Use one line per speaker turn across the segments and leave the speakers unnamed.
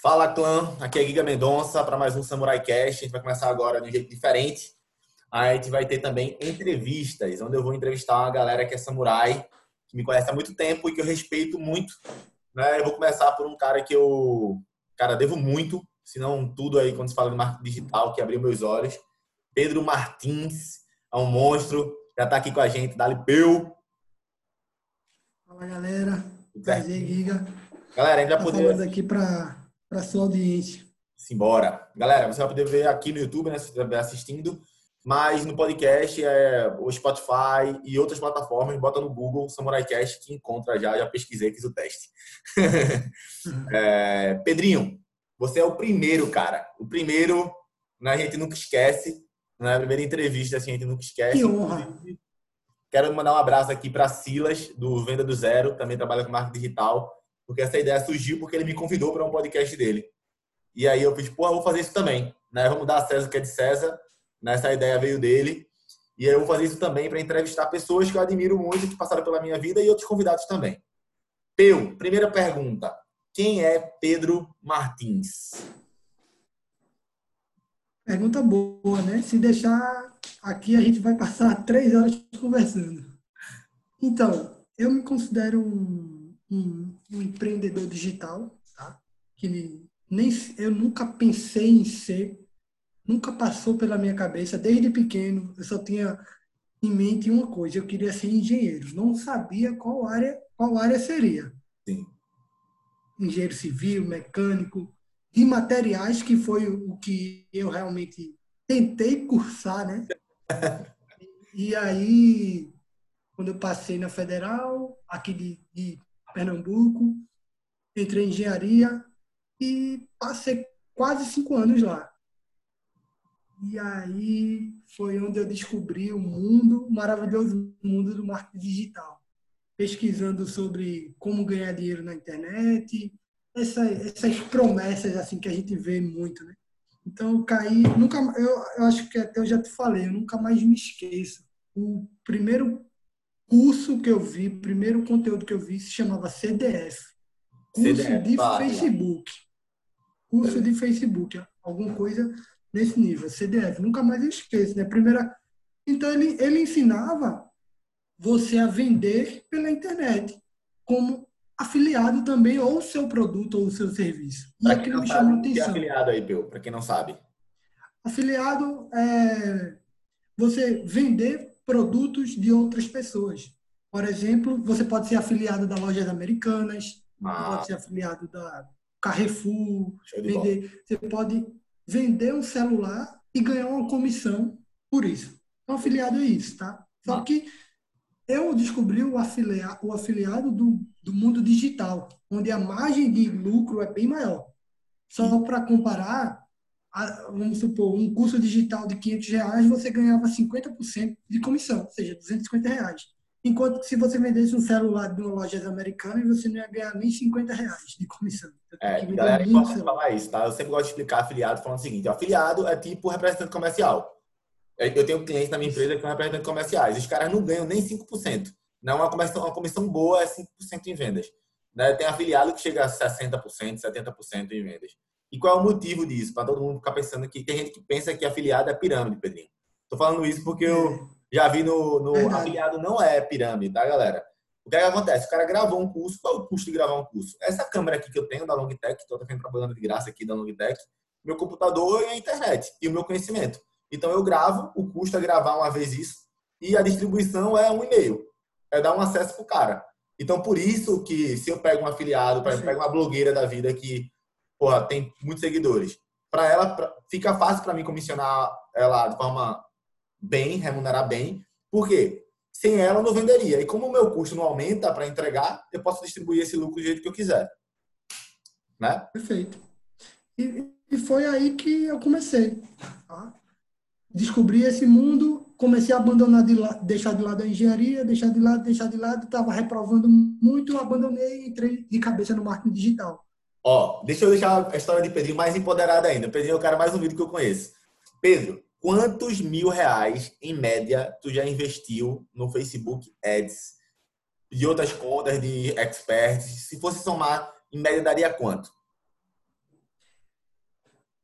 Fala, clã. Aqui é Giga Mendonça para mais um Samurai Cast. A gente vai começar agora de um jeito diferente. A gente vai ter também entrevistas, onde eu vou entrevistar uma galera que é samurai, que me conhece há muito tempo e que eu respeito muito, né? Eu vou começar por um cara que devo muito, se não tudo aí quando se fala de marketing digital, que abriu meus olhos. Pedro Martins, é um monstro, já está aqui com a gente. Dali, Peu.
Fala, galera.
Tudo
Prazer,
certinho?
Giga.
Galera, a gente vai
Tá
poder
falando aqui para sua audiência.
Simbora. Galera, você vai poder ver aqui no YouTube, né, se você estiver assistindo, mas no podcast, o Spotify e outras plataformas, bota no Google Samurai Cast que encontra já pesquisei, fiz o teste. Pedrinho, você é o primeiro, cara. O primeiro, né, a gente nunca esquece, na primeira entrevista, assim, a gente nunca
Que
esquece.
honra.
Inclusive, quero mandar um abraço aqui para Silas, do Venda do Zero, também trabalha com marketing digital, porque essa ideia surgiu porque ele me convidou para um podcast dele. E aí eu fiz, pô, eu vou fazer isso também, né? Vamos dar a César o que é de César, né? Essa ideia veio dele. E aí eu vou fazer isso também para entrevistar pessoas que eu admiro muito, que passaram pela minha vida e outros convidados também. Peu, primeira pergunta. Quem é Pedro Martins?
Pergunta boa, né? Se deixar aqui, a gente vai passar 3 horas conversando. Então, eu me considero um empreendedor digital, tá? Eu nunca pensei em ser, nunca passou pela minha cabeça. Desde pequeno, eu só tinha em mente uma coisa: eu queria ser engenheiro. Não sabia qual área seria.
Sim.
Engenheiro civil, mecânico, de materiais, que foi o que eu realmente tentei cursar, né? E aí, quando eu passei na Federal, aqui de Pernambuco, entrei em engenharia e passei quase 5 anos lá. E aí foi onde eu descobri o mundo, o maravilhoso mundo do marketing digital, pesquisando sobre como ganhar dinheiro na internet, essas promessas assim que a gente vê muito, né? Então eu caí, eu acho que até eu já te falei, eu nunca mais me esqueço. O primeiro curso que eu vi, o primeiro conteúdo que eu vi se chamava CDF, curso
CDF,
de
fala.
Facebook, curso de Facebook, alguma coisa nesse nível, CDF, nunca mais eu esqueço, né? Então ele ensinava você a vender pela internet, como afiliado também, ou o seu produto ou o seu serviço. E
Para quem
aquilo
não
me chamou a
sabe, o que é
atenção.
afiliado aí, Peu? Para quem não sabe.
Afiliado é você vender produtos de outras pessoas. Por exemplo, você pode ser afiliado da Lojas Americanas, você pode
Ah,
ser afiliado da Carrefour,
show de bola.
você pode vender um celular e ganhar uma comissão por isso. Então, afiliado é isso, tá? Só
Massa.
que eu descobri o afiliado do mundo digital, onde a margem de lucro é bem maior.
E,
Só para comparar, vamos supor, um curso digital de R$ 500, você ganhava 50% de comissão, ou seja, R$ 250. Enquanto que se você vendesse um celular de uma loja americana, você não ia ganhar nem R$ 50 de comissão. Você tem que vender
galera, é
muito
importante
celular.
falar isso, tá? Eu sempre gosto de explicar afiliado falando o seguinte: o afiliado é tipo representante comercial. Eu tenho clientes na minha
Isso.
empresa que são representantes comerciais. Os caras não ganham nem 5%. Não, uma comissão boa é 5% em vendas. Né? Tem afiliado que chega a 60%, 70% em vendas. E qual é o motivo disso? Para todo mundo ficar pensando que tem gente que pensa que afiliado é pirâmide, Pedrinho. Estou falando isso porque eu
É,
já vi no
verdade.
afiliado não é pirâmide, tá, galera? O que é que acontece? O cara gravou um curso. Qual é o custo de gravar um curso? Essa câmera aqui que eu tenho da Longitech, estou trabalhando de graça aqui da Longitech, meu computador e a internet e o meu conhecimento. Então eu gravo, o custo é gravar uma vez isso, e a distribuição é um e-mail. É dar um acesso pro cara. Então por isso que se eu pego um afiliado, por exemplo, pego
Perfeito.
uma blogueira da vida que, porra, tem muitos seguidores, para ela fica fácil para mim comissionar ela de forma bem, remunerar bem. Por quê? Sem ela eu não venderia. E como o meu custo não aumenta para entregar, eu posso distribuir esse lucro do jeito que eu quiser, né?
Perfeito. E foi aí que eu comecei. Tá? Descobri esse mundo, comecei a abandonar deixar de lado a engenharia, deixar de lado, estava reprovando muito, abandonei e entrei de cabeça no marketing digital.
Ó, deixa eu deixar a história de Pedrinho mais empoderada ainda. Pedrinho é o cara mais humilde que eu conheço. Pedro, quantos mil reais, em média, tu já investiu no Facebook Ads? De outras contas, de experts? Se fosse somar, em média, daria quanto?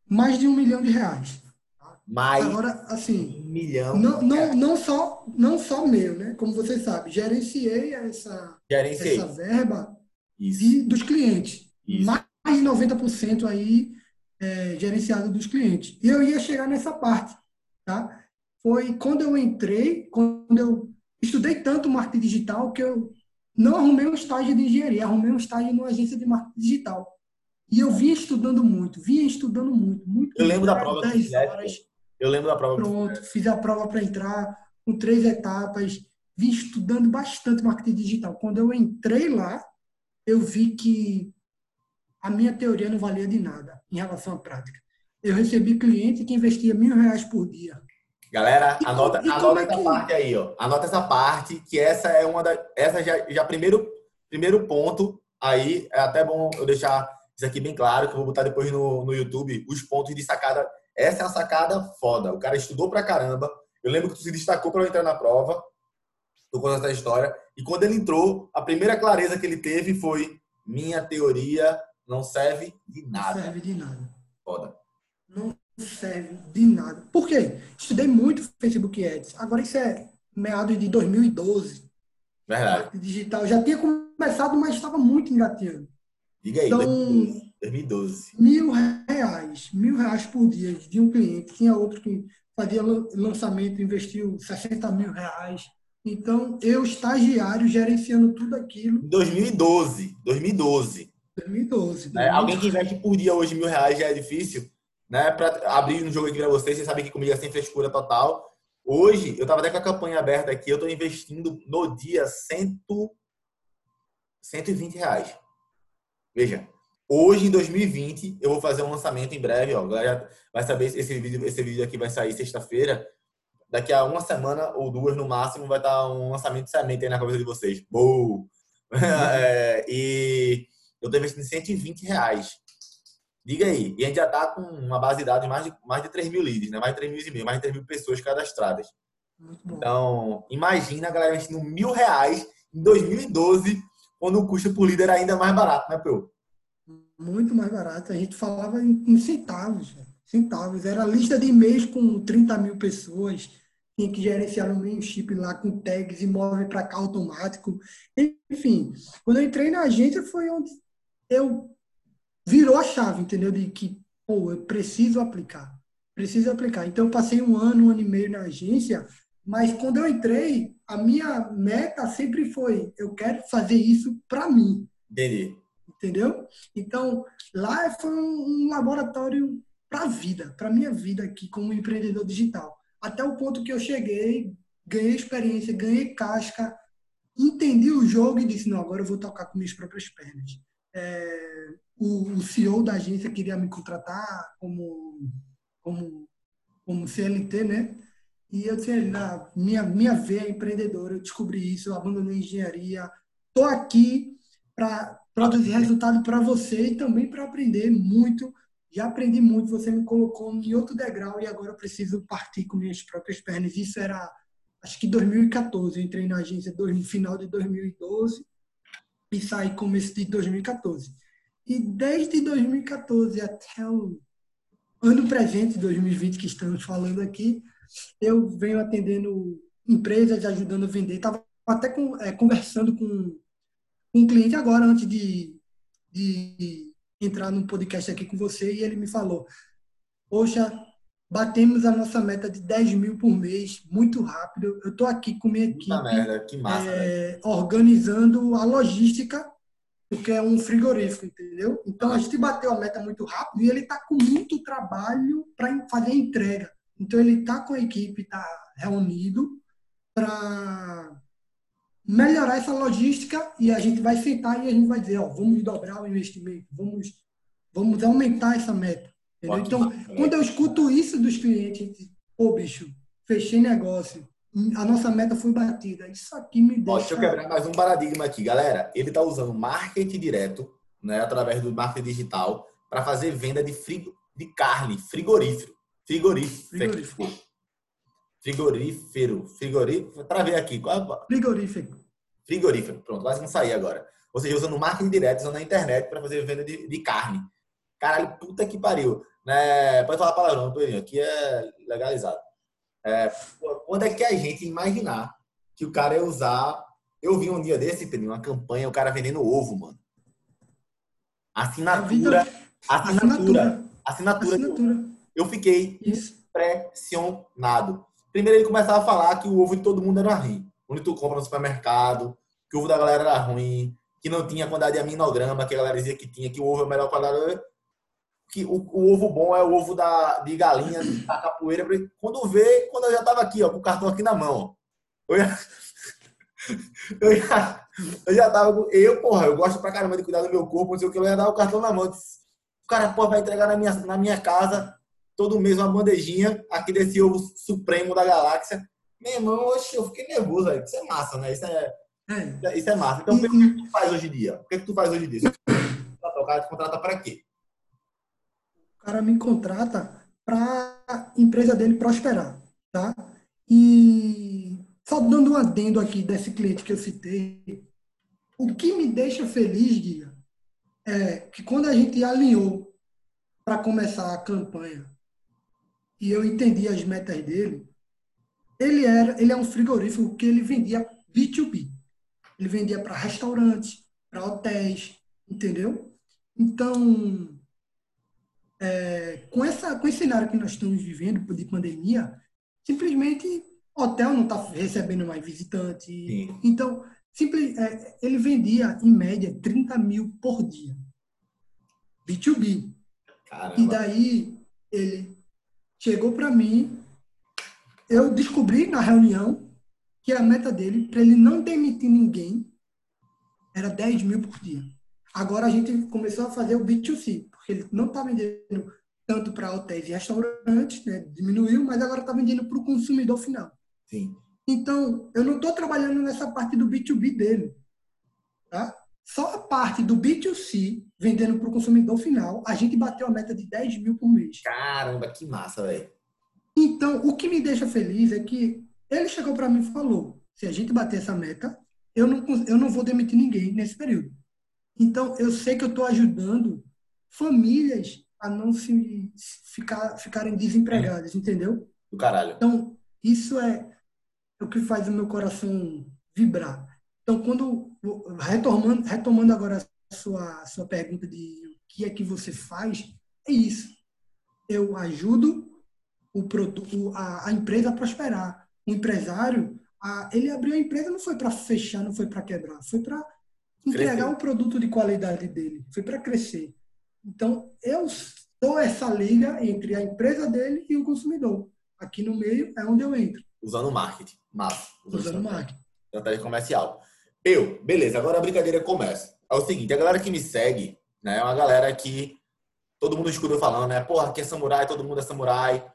mais de R$ 1 milhão.
Mais
Agora,
de
assim,
1 milhão
não,
de
não,
reais.
não só meu, né? Como você sabe, gerenciei essa
Gerenciei.
verba
Isso,
dos clientes.
isso.
Mais de 90% aí gerenciado dos clientes. E eu ia chegar nessa parte, tá? Foi quando eu entrei, quando eu estudei tanto marketing digital que eu não arrumei um estágio de engenharia, arrumei um estágio numa agência de marketing digital. E eu vinha estudando muito, muito
Eu lembro
mesmo.
da
Era
prova que tu
10
fizeste,
horas,
pô. Eu lembro da prova que tu
pronto,
fizeste.
fiz a prova para entrar com 3 etapas, vim estudando bastante marketing digital. Quando eu entrei lá, eu vi que a minha teoria não valia de nada em relação à prática. Eu recebi cliente que investia R$ 1.000 por dia.
Galera,
E como
anota
é
essa
que.
parte aí, ó. Anota essa parte, que essa é uma da. Essa já primeiro ponto. Aí é até bom eu deixar isso aqui bem claro, que eu vou botar depois no YouTube os pontos de sacada. Essa é uma sacada foda. O cara estudou pra caramba. Eu lembro que tu se destacou para entrar na prova. Tô contando essa história. E quando ele entrou, a primeira clareza que ele teve foi: minha teoria não serve de
Não
nada.
serve de nada.
Foda.
Não serve de nada. Por quê? Estudei muito Facebook Ads. Agora isso é meados de 2012.
Verdade.
Marketing digital já tinha começado, mas estava muito engateando.
Diga aí,
Então,
2012. 2012.
R$ 1.000 por dia de um cliente. Tinha outro que fazia lançamento, investiu R$ 60.000. Então, eu, estagiário, gerenciando tudo aquilo,
Em 2012. 2012.
2012,
Né? Alguém que
2012.
investe por dia hoje R$ 1.000 já é difícil. Né? Para abrir um jogo aqui para vocês, vocês sabem que comigo é sem frescura total. Hoje, eu estava até com a campanha aberta aqui, eu estou investindo no dia R$ 120. Veja, hoje em 2020, eu vou fazer um lançamento em breve. Ó, a galera vai saber, esse vídeo aqui vai sair sexta-feira. Daqui a uma semana ou duas, no máximo, vai estar um lançamento de semente aí na cabeça de vocês. Boa! E eu estou investindo R$ 120. Diga aí. E a gente já está com uma base de dados de mais de 3 mil leads, né? Mais de 3 mil e-mails, mais de 3 mil pessoas cadastradas.
Muito bom.
Então, imagina a galera investindo R$ 1.000 em 2012, quando o custo por líder era ainda mais barato, né, Peu?
Muito mais barato. A gente falava em centavos. Velho. Centavos. Era lista de e-mails com 30 mil pessoas. Tinha que gerenciar no meio chip lá com tags e móvel para cá automático. Enfim, quando eu entrei na agência foi onde eu virou a chave, entendeu? De que, pô, eu preciso aplicar. Preciso aplicar. Então, eu passei um ano e meio na agência, mas quando eu entrei, a minha meta sempre foi: eu quero fazer isso para mim,
Entendi.
entendeu? Então, lá foi um laboratório para a vida, para minha vida aqui como empreendedor digital. Até o ponto que eu cheguei, ganhei experiência, ganhei casca, entendi o jogo e disse: não, agora eu vou tocar com minhas próprias pernas. O CEO da agência queria me contratar como, como CLT, né? E eu disse: na minha veia é empreendedora, eu descobri isso, eu abandonei a engenharia, estou aqui para produzir resultado para você e também para aprender muito. Já aprendi muito, você me colocou em outro degrau e agora eu preciso partir com minhas próprias pernas. Isso era, acho que 2014. Eu entrei na agência no final de 2012 e saí começo de 2014. E desde 2014 até o ano presente, 2020, que estamos falando aqui, eu venho atendendo empresas, ajudando a vender. Estava até conversando com um cliente agora, antes de entrar no podcast aqui com você, e ele me falou: poxa, batemos a nossa meta de 10 mil por mês muito rápido. Eu estou aqui com minha
Puta
equipe
merda, que massa, velho.
organizando a logística, porque é um frigorífico, entendeu? Então a
Aham.
gente bateu a meta muito rápido e ele está com muito trabalho para fazer a entrega. Então ele está com a equipe, está reunido para melhorar essa logística e a gente vai sentar e a gente vai dizer: ó, vamos dobrar o investimento, vamos aumentar essa meta. Entendeu?
Ó, que
Então,
massa,
quando
velho.
eu escuto isso dos clientes, pô, bicho, fechei negócio, a nossa meta foi batida. Isso aqui me
Ó, deixa eu
deixa
quebrar mais um paradigma aqui, galera. Ele está usando marketing direto, né, através do marketing digital, para fazer venda de carne, frigorífero.
frigorífico.
Frigorífero. Travei aqui.
Frigorífico.
Frigorífero. Pronto, quase não sair agora. Ou seja, usando marketing direto, usando a internet para fazer venda de carne. Caralho, puta que pariu. Né? Pode falar palavrão, Pedrinho. Aqui é legalizado. Quando é que a gente imaginar que o cara ia usar... Eu vi um dia desse, Pedrinho, uma campanha, o cara vendendo ovo, mano.
A vida,
Assinatura.
assinatura.
Assinatura de ovo.
Assinatura.
Eu fiquei
Isso.
impressionado. Primeiro ele começava a falar que o ovo de todo mundo era ruim. Onde tu compra no supermercado, que o ovo da galera era ruim, que não tinha quantidade de aminograma, que a galera dizia que tinha, que o ovo é a melhor qualidade. Que o ovo bom é o ovo de galinha, da capoeira. Quando eu já tava aqui, ó, com o cartão aqui na mão. Eu já, eu já tava com... porra, eu gosto pra caramba de cuidar do meu corpo, não sei o que, eu ia dar o cartão na mão. O cara, porra, vai entregar na minha casa todo mês uma bandejinha aqui desse ovo supremo da galáxia. Meu irmão, eu fiquei nervoso, velho. Isso é massa, né? Isso é massa. Então, o que tu faz hoje em dia? O que tu faz hoje em dia? O cara te contrata pra quê?
O cara me contrata para a empresa dele prosperar, tá? E só dando um adendo aqui desse cliente que eu citei, o que me deixa feliz, Guia, é que quando a gente alinhou para começar a campanha e eu entendi as metas dele, ele é um frigorífico que ele vendia B2B. Ele vendia para restaurantes, para hotéis, entendeu? Então, com esse cenário que nós estamos vivendo de pandemia, simplesmente hotel não está recebendo mais visitante.
Sim.
Então, ele vendia, em média, 30 mil por dia. B2B.
Caramba.
E daí, ele chegou para mim, eu descobri na reunião que a meta dele, para ele não demitir ninguém, era 10 mil por dia. Agora a gente começou a fazer o B2C, porque ele não está vendendo tanto para hotéis e restaurantes, né? Diminuiu, mas agora está vendendo para o consumidor final.
Sim.
Então, eu não estou trabalhando nessa parte do B2B dele. Tá? Só a parte do B2C, vendendo para o consumidor final, a gente bateu a meta de 10 mil por mês.
Caramba, que massa, velho.
Então, o que me deixa feliz é que ele chegou para mim e falou, se a gente bater essa meta, eu não vou demitir ninguém nesse período. Então, eu sei que eu estou ajudando famílias a não ficarem desempregadas, entendeu?
Do caralho.
Então, isso é o que faz o meu coração vibrar. Então, retomando agora a sua pergunta de o que é que você faz, é isso. Eu ajudo a empresa a prosperar. O empresário, ele abriu a empresa não foi para fechar, não foi para quebrar, foi para entregar um produto de qualidade dele, foi para crescer. Então, eu sou essa liga entre a empresa dele e o consumidor. Aqui no meio é onde eu entro.
Usando marketing. Massa.
Usando marketing.
Estratégia comercial. Beleza, agora a brincadeira começa. É o seguinte, a galera que me segue, né, é uma galera que todo mundo escuta falando, né? Porra, aqui é samurai, todo mundo é samurai.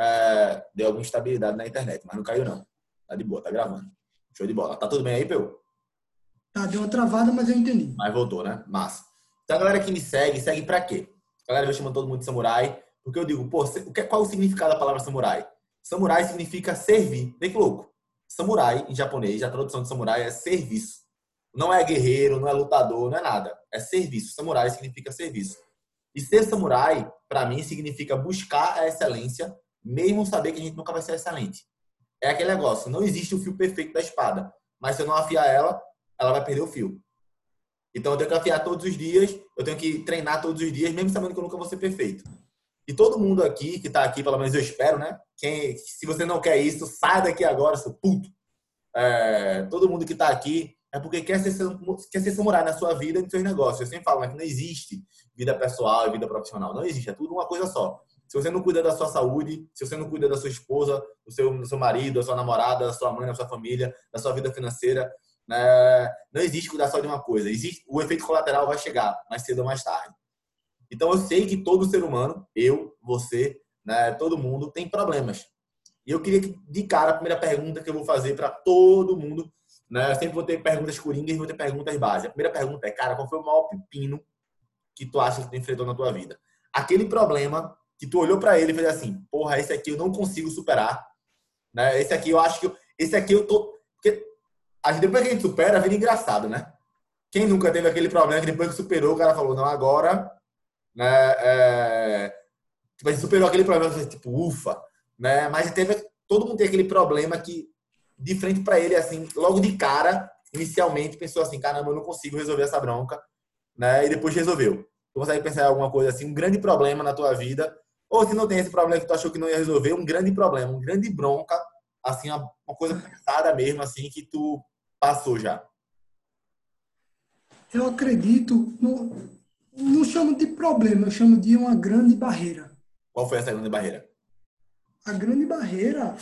Deu alguma instabilidade na internet, mas não caiu não. Tá de boa, tá gravando. Show de bola. Tá tudo bem aí, Peu?
Tá, deu uma travada, mas eu entendi.
Mas voltou, né? Massa. Então a galera que me segue pra quê? A galera vai chamando todo mundo de samurai, porque eu digo, pô, qual é o significado da palavra samurai? Samurai significa servir. Vem que louco. Samurai, em japonês, a tradução de samurai é serviço. Não é guerreiro, não é lutador, não é nada. É serviço. Samurai significa serviço. E ser samurai, pra mim, significa buscar a excelência, mesmo saber que a gente nunca vai ser excelente. É aquele negócio, não existe o fio perfeito da espada. Mas se eu não afiar ela, ela vai perder o fio. Então eu tenho que afiar todos os dias, eu tenho que treinar todos os dias, mesmo sabendo que eu nunca vou ser perfeito. E todo mundo aqui, que tá aqui, pelo menos eu espero, né? Se você não quer isso, sai daqui agora, seu puto. Todo mundo que tá aqui é porque quer ser samurai na sua vida e nos seus negócios. Eu sempre falo, mas não existe vida pessoal e vida profissional. Não existe, é tudo uma coisa só. Se você não cuida da sua saúde, se você não cuida da sua esposa, do seu marido, da sua namorada, da sua mãe, da sua família, da sua vida financeira, né? Não existe cuidar só de uma coisa. O efeito colateral vai chegar mais cedo ou mais tarde. Então eu sei que todo ser humano, eu, você, né, todo mundo tem problemas. E eu queria que, de cara, a primeira pergunta que eu vou fazer para todo mundo, né, eu sempre vou ter perguntas coringas e vou ter perguntas básicas. A primeira pergunta é, cara, qual foi o maior pepino que tu acha que tu enfrentou na tua vida? Aquele problema que tu olhou para ele e fez assim, porra, esse aqui eu não consigo superar, né? Esse aqui eu acho que esse aqui eu tô, porque depois que a gente supera, vira engraçado, né? Quem nunca teve aquele problema que depois que superou, o cara falou, não, agora né? Tipo, a gente superou aquele problema, tipo, ufa, né? Mas todo mundo tem aquele problema que, de frente para ele, assim, logo de cara, inicialmente, pensou assim, caramba, eu não consigo resolver essa bronca, né? E depois resolveu. Tu consegue pensar em alguma coisa assim, um grande problema na tua vida, ou se não tem esse problema que tu achou que não ia resolver, um grande problema, um grande bronca, assim, uma coisa pesada mesmo, assim, que tu passou já.
Eu acredito, não chamo de problema, eu chamo de uma grande barreira.
Qual foi essa grande barreira?
A grande barreira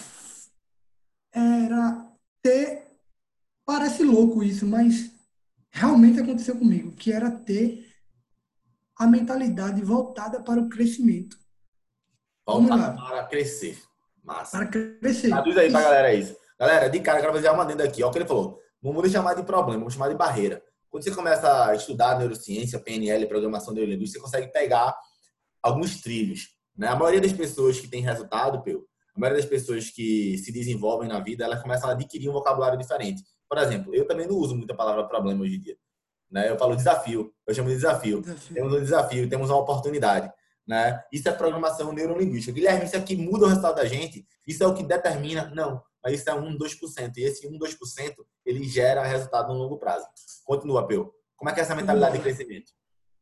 era ter, parece louco isso, mas realmente aconteceu comigo, que era ter a mentalidade voltada para o crescimento. Vamos
Voltar
lá,
para crescer. Massa.
para crescer.
Traduz aí pra galera isso. Galera, de cara, eu quero fazer uma adenda aqui. Olha o que ele falou. Não vou nem chamar de problema, vou chamar de barreira. Quando você começa a estudar neurociência, PNL, programação neurolinguística, você consegue pegar alguns trilhos. Né? A maioria das pessoas que tem resultado, a maioria das pessoas que se desenvolvem na vida, elas começam a adquirir um vocabulário diferente. Por exemplo, eu também não uso muita palavra problema hoje em dia. Né? Eu falo desafio, eu chamo de desafio.
Desafio.
Temos um desafio, temos uma oportunidade. Né? Isso é programação neurolinguística. Guilherme, isso aqui muda o resultado da gente? Isso é o que determina? Não, mas isso é 2%. E esse 2%, ele gera resultado no longo prazo. Continua, Peu. Como é que é essa
Vamos
mentalidade de
lá.
crescimento?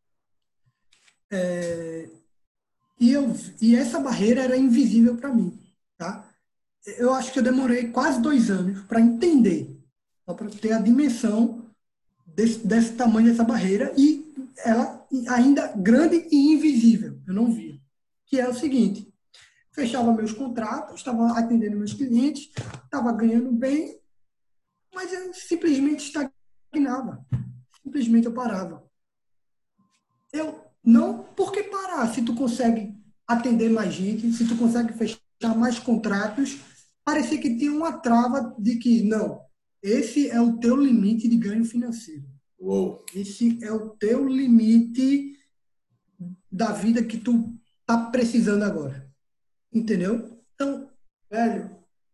E, eu, e essa barreira era invisível para mim, tá? Eu acho que eu demorei quase 2 anos para entender, para ter a dimensão desse tamanho dessa barreira e ela ainda grande e invisível, eu não via. Que é o seguinte, fechava meus contratos, estava atendendo meus clientes, estava ganhando bem, mas eu simplesmente estagnava, simplesmente eu parava. Eu não, por que parar? Se tu consegue atender mais gente, se tu consegue fechar mais contratos, parecia que tinha uma trava de que não, esse é o teu limite de ganho financeiro.
Uou.
Esse é o teu limite da vida que tu tá precisando agora. Entendeu? Então, velho,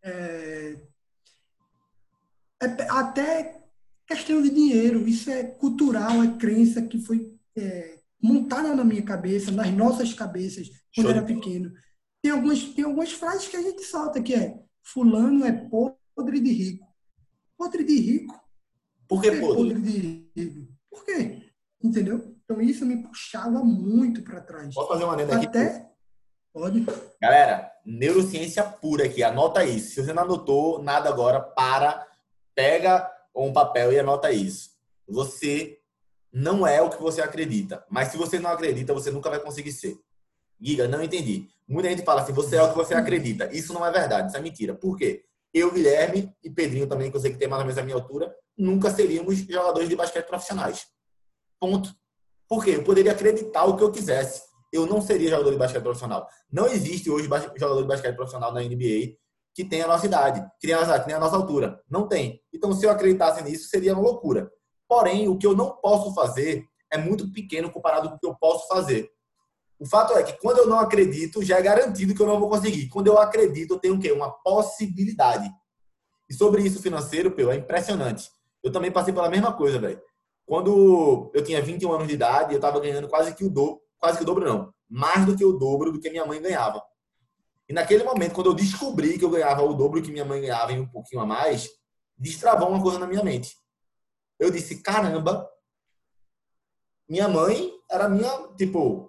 até questão de dinheiro, isso é cultural, é crença que foi montada na minha cabeça, nas nossas cabeças, quando
Show de
era
bola.
pequeno. Tem algumas frases que a gente solta, que é fulano é podre de rico. Podre de rico?
Por
Por
que
que
podre?
podre de rico? Por quê? Entendeu? Então isso me puxava muito para trás.
Posso fazer uma adenda aqui?
Até, pode,
Galera, neurociência pura aqui, anota isso. Se você não anotou nada agora, pega um papel e anota isso. Você não é o que você acredita, mas se você não acredita, você nunca vai conseguir ser. Giga, não entendi. Muita gente fala assim, você é o que você acredita. Isso não é verdade, isso é mentira. Por quê? Eu, Guilherme e Pedrinho também, que eu sei que tem mais ou menos a minha altura, nunca seríamos jogadores de basquete profissionais. Ponto. Por quê? Eu poderia acreditar o que eu quisesse. Eu não seria jogador de basquete profissional. Não existe hoje jogador de basquete profissional na NBA que tenha a nossa idade, que tenha a nossa altura. Não tem. Então, se eu acreditasse nisso, seria uma loucura. Porém, o que eu não posso fazer é muito pequeno comparado com o que eu posso fazer. O fato é que quando eu não acredito, já é garantido que eu não vou conseguir. Quando eu acredito, eu tenho o quê? Uma possibilidade. E sobre isso financeiro, Peu, é impressionante. Eu também passei pela mesma coisa, velho. Quando eu tinha 21 anos de idade, eu estava ganhando quase que o dobro não, mais do que o dobro do que minha mãe ganhava. E naquele momento, quando eu descobri que eu ganhava o dobro que minha mãe ganhava e um pouquinho a mais, destravou uma coisa na minha mente. Eu disse, caramba, minha mãe era minha, tipo,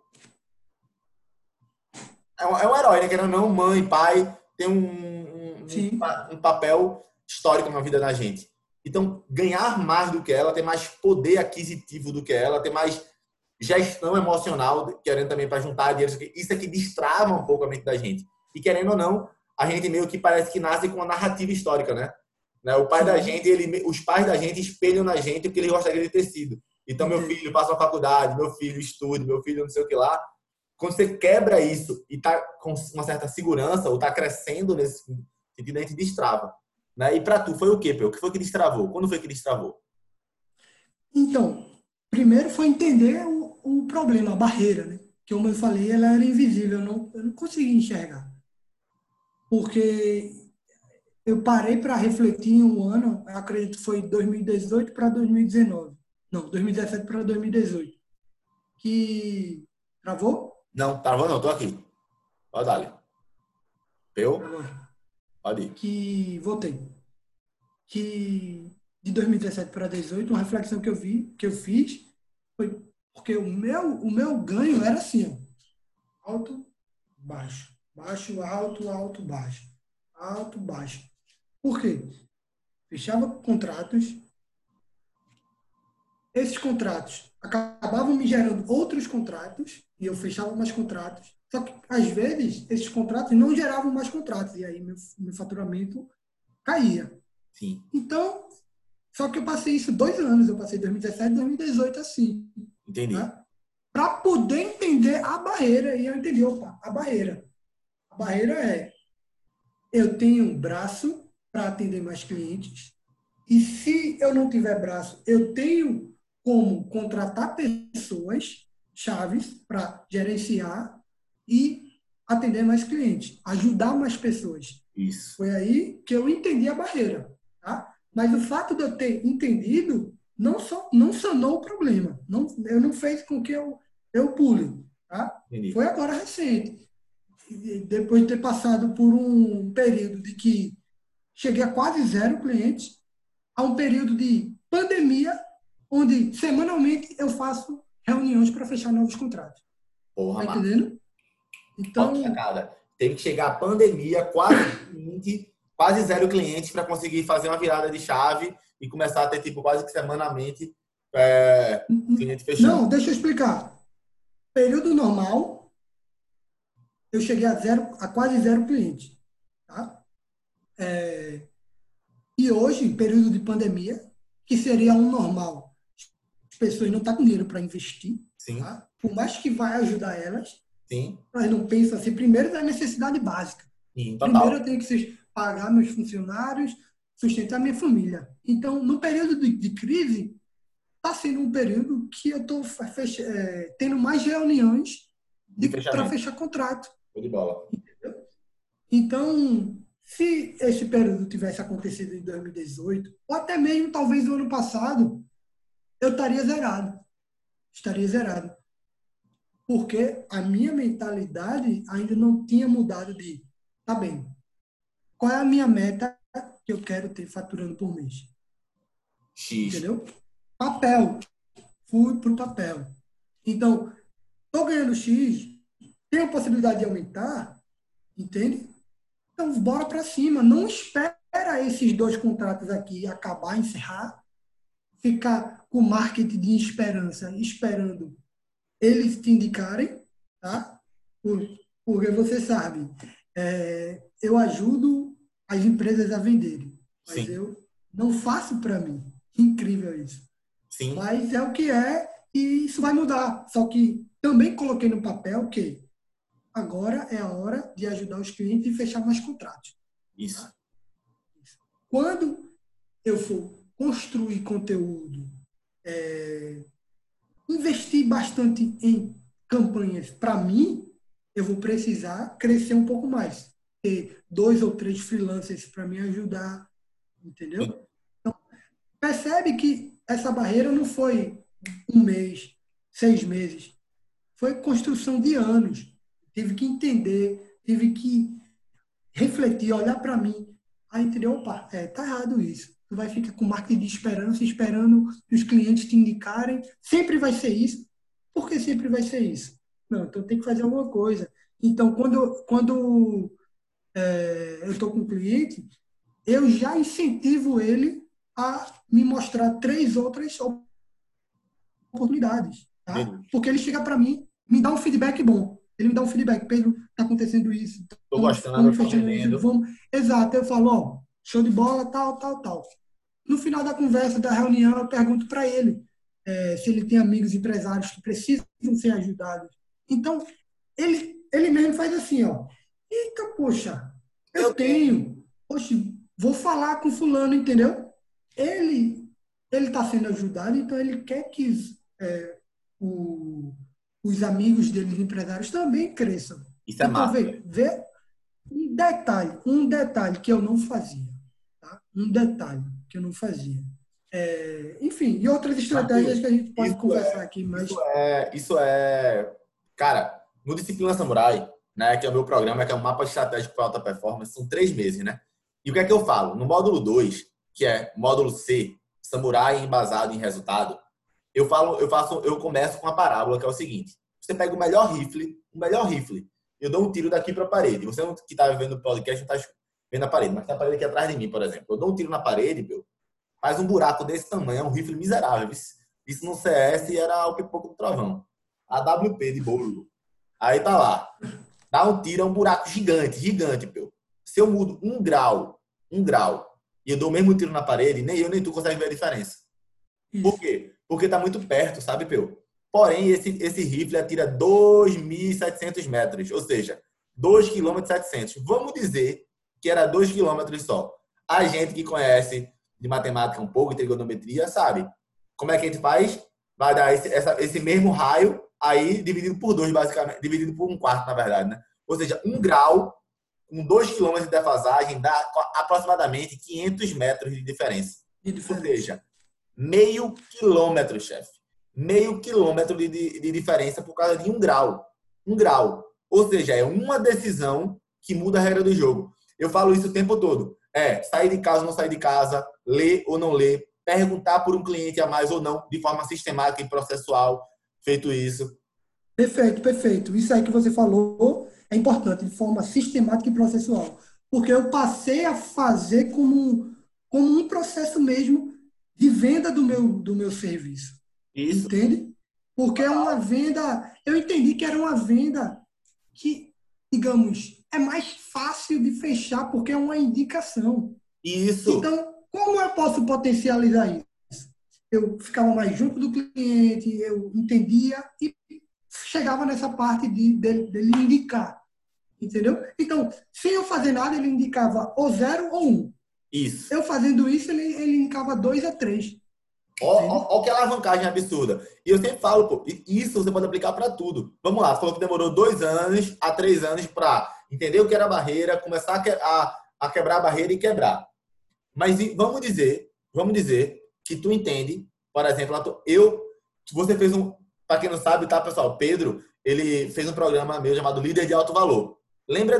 é um herói, né? Querendo ou não, mãe, pai, tem
sim,
um papel histórico na vida da gente. Então, ganhar mais do que ela, ter mais poder aquisitivo do que ela, ter mais gestão emocional, querendo também para juntar dinheiro, isso aqui destrava um pouco a mente da gente. E querendo ou não, a gente meio que parece que nasce com uma narrativa histórica, né? O pai da
sim,
gente, os pais da gente espelham na gente o que eles gostariam de ter sido. Então, meu
entendo.
filho passa uma faculdade, meu filho estude, meu filho não sei o que lá. Quando você quebra isso e tá com uma certa segurança ou tá crescendo nesse sentido, a gente destrava. Né? E para tu, foi o quê, Peu? O que foi que destravou? Quando foi que destravou?
Então, primeiro foi entender o problema, a barreira, né? Que, como eu falei, ela era invisível, eu não conseguia enxergar. Porque eu parei para refletir em um ano, eu acredito que foi 2018 para 2019. Não, 2017 para 2018. Que Travou?
Não, travou não, tô aqui. Pode dar. Eu?
Agora.
Pode ir.
Que voltei. Que de 2017 para 2018, uma reflexão que eu fiz, foi porque o meu ganho era assim, ó, alto, baixo, baixo, alto, alto, baixo, alto, baixo. Por quê? Fechava contratos, esses contratos acabavam me gerando outros contratos e eu fechava mais contratos. Só que, às vezes, esses contratos não geravam mais contratos e aí meu faturamento caía.
Sim.
Então, só que eu passei isso 2 anos, eu passei 2017 e 2018 assim.
Entendi.
Tá? Para poder entender a barreira, e eu entendi, opa, a barreira. A barreira é, eu tenho um braço para atender mais clientes, e se eu não tiver braço, eu tenho como contratar pessoas chaves para gerenciar e atender mais clientes, ajudar mais pessoas.
Isso.
Foi aí que eu entendi a barreira. Tá? Mas o fato de eu ter entendido não sanou o problema. Eu não fez com que eu pule. Tá? Foi agora recente. Depois de ter passado por um período de que cheguei a quase zero clientes, a um período de pandemia, onde semanalmente eu faço reuniões para fechar novos contratos.
Porra,
Tá entendendo?
Então,
Então,
sacada. Teve que chegar a pandemia, quase zero clientes para conseguir fazer uma virada de chave e começar a ter, tipo, quase que semanalmente cliente fechando.
não, deixa eu explicar. Período normal, eu cheguei a quase zero cliente. Tá? E hoje, em período de pandemia, que seria um normal, as pessoas não estão com dinheiro para investir.
Sim.
Tá? Por mais que vai ajudar elas,
Sim.
nós não pensamos assim, primeiro da necessidade básica.
Sim,
Primeiro eu tenho que pagar meus funcionários, sustentar minha família. Então, no período de crise, está sendo um período que eu estou tendo mais reuniões para fechar contrato.
Foi de bola.
Entendeu? Então, se esse período tivesse acontecido em 2018, ou até mesmo talvez no ano passado, eu estaria zerado. Estaria zerado. Porque a minha mentalidade ainda não tinha mudado de, tá bem, qual é a minha meta que eu quero ter faturando por mês?
X.
Entendeu? Papel. Fui para o papel. Então, estou ganhando X, tem a possibilidade de aumentar, entende? Então, bora para cima. Não espera esses 2 contratos aqui acabar, encerrar, ficar com marketing de esperança, esperando eles te indicarem, tá? Porque você sabe, eu ajudo as empresas a venderem, mas
Sim.
eu não faço para mim. Incrível isso.
Sim.
Mas é o que é e isso vai mudar. Só que também coloquei no papel que agora é a hora de ajudar os clientes e fechar mais contratos.
Isso.
Tá? Quando eu for construir conteúdo, investir bastante em campanhas para mim, eu vou precisar crescer um pouco mais. Ter 2 ou 3 freelancers para me ajudar, entendeu? Então, percebe que essa barreira não foi 1 mês, 6 meses. Foi construção de anos. Tive que entender, tive que refletir, olhar para mim. Aí entendeu? Opa, tá errado isso. Tu vai ficar com marketing de esperança, esperando que os clientes te indicarem. Sempre vai ser isso. Por que sempre vai ser isso? Não, então tem que fazer alguma coisa. Então, quando eu estou com um cliente, eu já incentivo ele a me mostrar 3 outras oportunidades. Tá? Porque ele chega para mim, me dá um feedback bom. Ele me dá um feedback, Pedro, está acontecendo isso.
Estou gostando, estou
fechando isso. Exato, eu falo, ó, show de bola, tal, tal, tal. No final da conversa, da reunião, eu pergunto para ele se ele tem amigos empresários que precisam ser ajudados. Então, ele mesmo faz assim, ó. Eita, poxa, eu tenho. Poxa, vou falar com fulano, entendeu? Ele está sendo ajudado, então ele quer que os amigos deles, empresários, também cresçam.
Isso é
então,
massa.
Vê um detalhe que eu não fazia. Tá? Um detalhe que eu não fazia. Enfim, e outras estratégias que a gente pode conversar aqui. Mas...
Isso é Cara, no Disciplina Samurai, né, que é o meu programa, que é um mapa estratégico para alta performance, são 3 meses, né? E o que é que eu falo? No módulo 2, que é módulo C, Samurai embasado em resultado, eu começo com uma parábola que é o seguinte: você pega o melhor rifle, eu dou um tiro daqui para a parede. Você que está vendo o podcast não está vendo a parede, mas tem a parede aqui atrás de mim, por exemplo. Eu dou um tiro na parede, meu, faz um buraco desse tamanho, é um rifle miserável. Isso no CS era o pipoco do trovão. AWP de bolo. Aí tá lá. Dá um tiro, é um buraco gigante, gigante, meu. Se eu mudo um grau, e eu dou o mesmo tiro na parede, nem eu nem tu consegue ver a diferença. Por
Isso.
quê? Porque tá muito perto, sabe, Peu? Porém, esse rifle atira 2.700 metros, ou seja, 2,7 km. Vamos dizer que era 2 km só. A gente que conhece de matemática um pouco, de trigonometria, sabe como é que a gente faz? Vai dar esse mesmo raio aí dividido por 2, basicamente, dividido por 1/4, na verdade, né? Ou seja, 1 grau com 2 km de defasagem dá aproximadamente 500 metros de diferença.
De
Ou
diferença.
seja, meio quilômetro, chefe. Meio quilômetro de diferença por causa de 1 grau. 1 grau. Ou seja, é uma decisão que muda a regra do jogo. Eu falo isso o tempo todo. Sair de casa ou não sair de casa, ler ou não ler, perguntar por um cliente a mais ou não, de forma sistemática e processual, feito isso.
Perfeito, perfeito. Isso aí que você falou é importante, de forma sistemática e processual. Porque eu passei a fazer como um processo mesmo de venda do meu serviço.
Isso.
Entende? Porque é uma venda. Eu entendi que era uma venda que, digamos, é mais fácil de fechar porque é uma indicação.
Isso.
Então, como eu posso potencializar isso? Eu ficava mais junto do cliente, eu entendia e chegava nessa parte dele indicar. Entendeu? Então, sem eu fazer nada, ele indicava ou 0 ou 1.
Isso.
Eu fazendo isso, ele indicava 2 a 3.
Olha que alavancagem absurda. E eu sempre falo, pô, isso você pode aplicar para tudo. Vamos lá, você falou que demorou 2 anos a 3 anos para entender o que era a barreira, começar a quebrar a barreira e quebrar. Mas vamos dizer que tu entende, por exemplo, você fez para quem não sabe, tá, pessoal? Pedro, ele fez um programa meu chamado Líder de Alto Valor. Lembra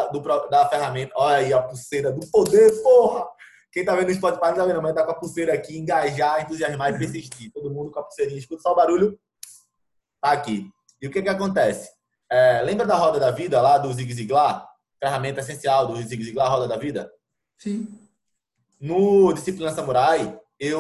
da ferramenta? Olha aí a pulseira do poder, porra! Quem tá vendo no Spotify não tá vendo, mas tá com a pulseira aqui, engajar, entusiasmar e persistir. Todo mundo com a pulseirinha, escuta só o barulho, tá aqui. E o que que acontece? Lembra da roda da vida lá do Zig Ziglar? Ferramenta essencial do Zig Ziglar, roda da vida?
Sim.
No Disciplina Samurai,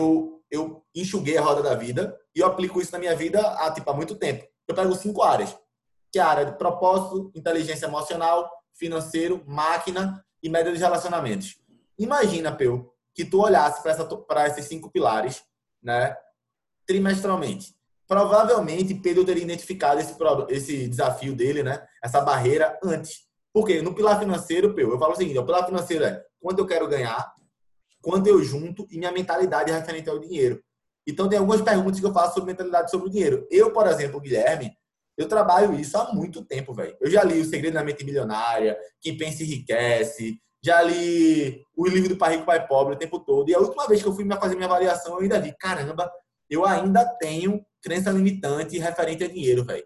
eu enxuguei a roda da vida e eu aplico isso na minha vida há muito tempo. Eu pego 5 áreas, que é a área de propósito, inteligência emocional, financeiro, máquina e média de relacionamentos. Imagina, Peu, que tu olhasse para esses 5 pilares, né, trimestralmente. Provavelmente, Pedro teria identificado esse desafio dele, né, essa barreira antes. Porque no pilar financeiro, Peu, eu falo o seguinte: o pilar financeiro é quanto eu quero ganhar, quando eu junto e minha mentalidade é referente ao dinheiro. Então, tem algumas perguntas que eu faço sobre mentalidade sobre o dinheiro. Eu, por exemplo, Guilherme, eu trabalho isso há muito tempo, velho. Eu já li O Segredo da Mente Milionária, Quem Pensa Enriquece, já li o livro do Pai Rico, Pai Pobre o tempo todo. E a última vez que eu fui fazer minha avaliação, eu ainda vi, caramba, eu ainda tenho crença limitante referente a dinheiro, velho.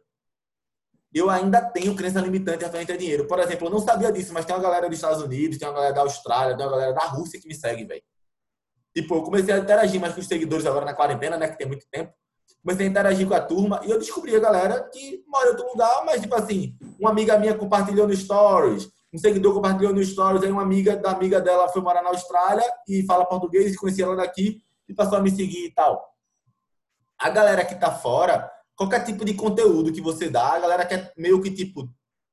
Eu ainda tenho crença limitante referente a dinheiro. Por exemplo, eu não sabia disso, mas tem uma galera dos Estados Unidos, tem uma galera da Austrália, tem uma galera da Rússia que me segue, velho. Tipo, eu comecei a interagir mais com os seguidores agora na quarentena, né, que tem muito tempo. Comecei a interagir com a turma e eu descobri a galera que mora em outro lugar, mas, tipo assim, uma amiga minha compartilhou no Stories, um seguidor compartilhou no Stories, aí uma amiga da amiga dela foi morar na Austrália e fala português e conhecia ela daqui e passou a me seguir e tal. A galera que tá fora, qualquer tipo de conteúdo que você dá, a galera quer meio que, tipo,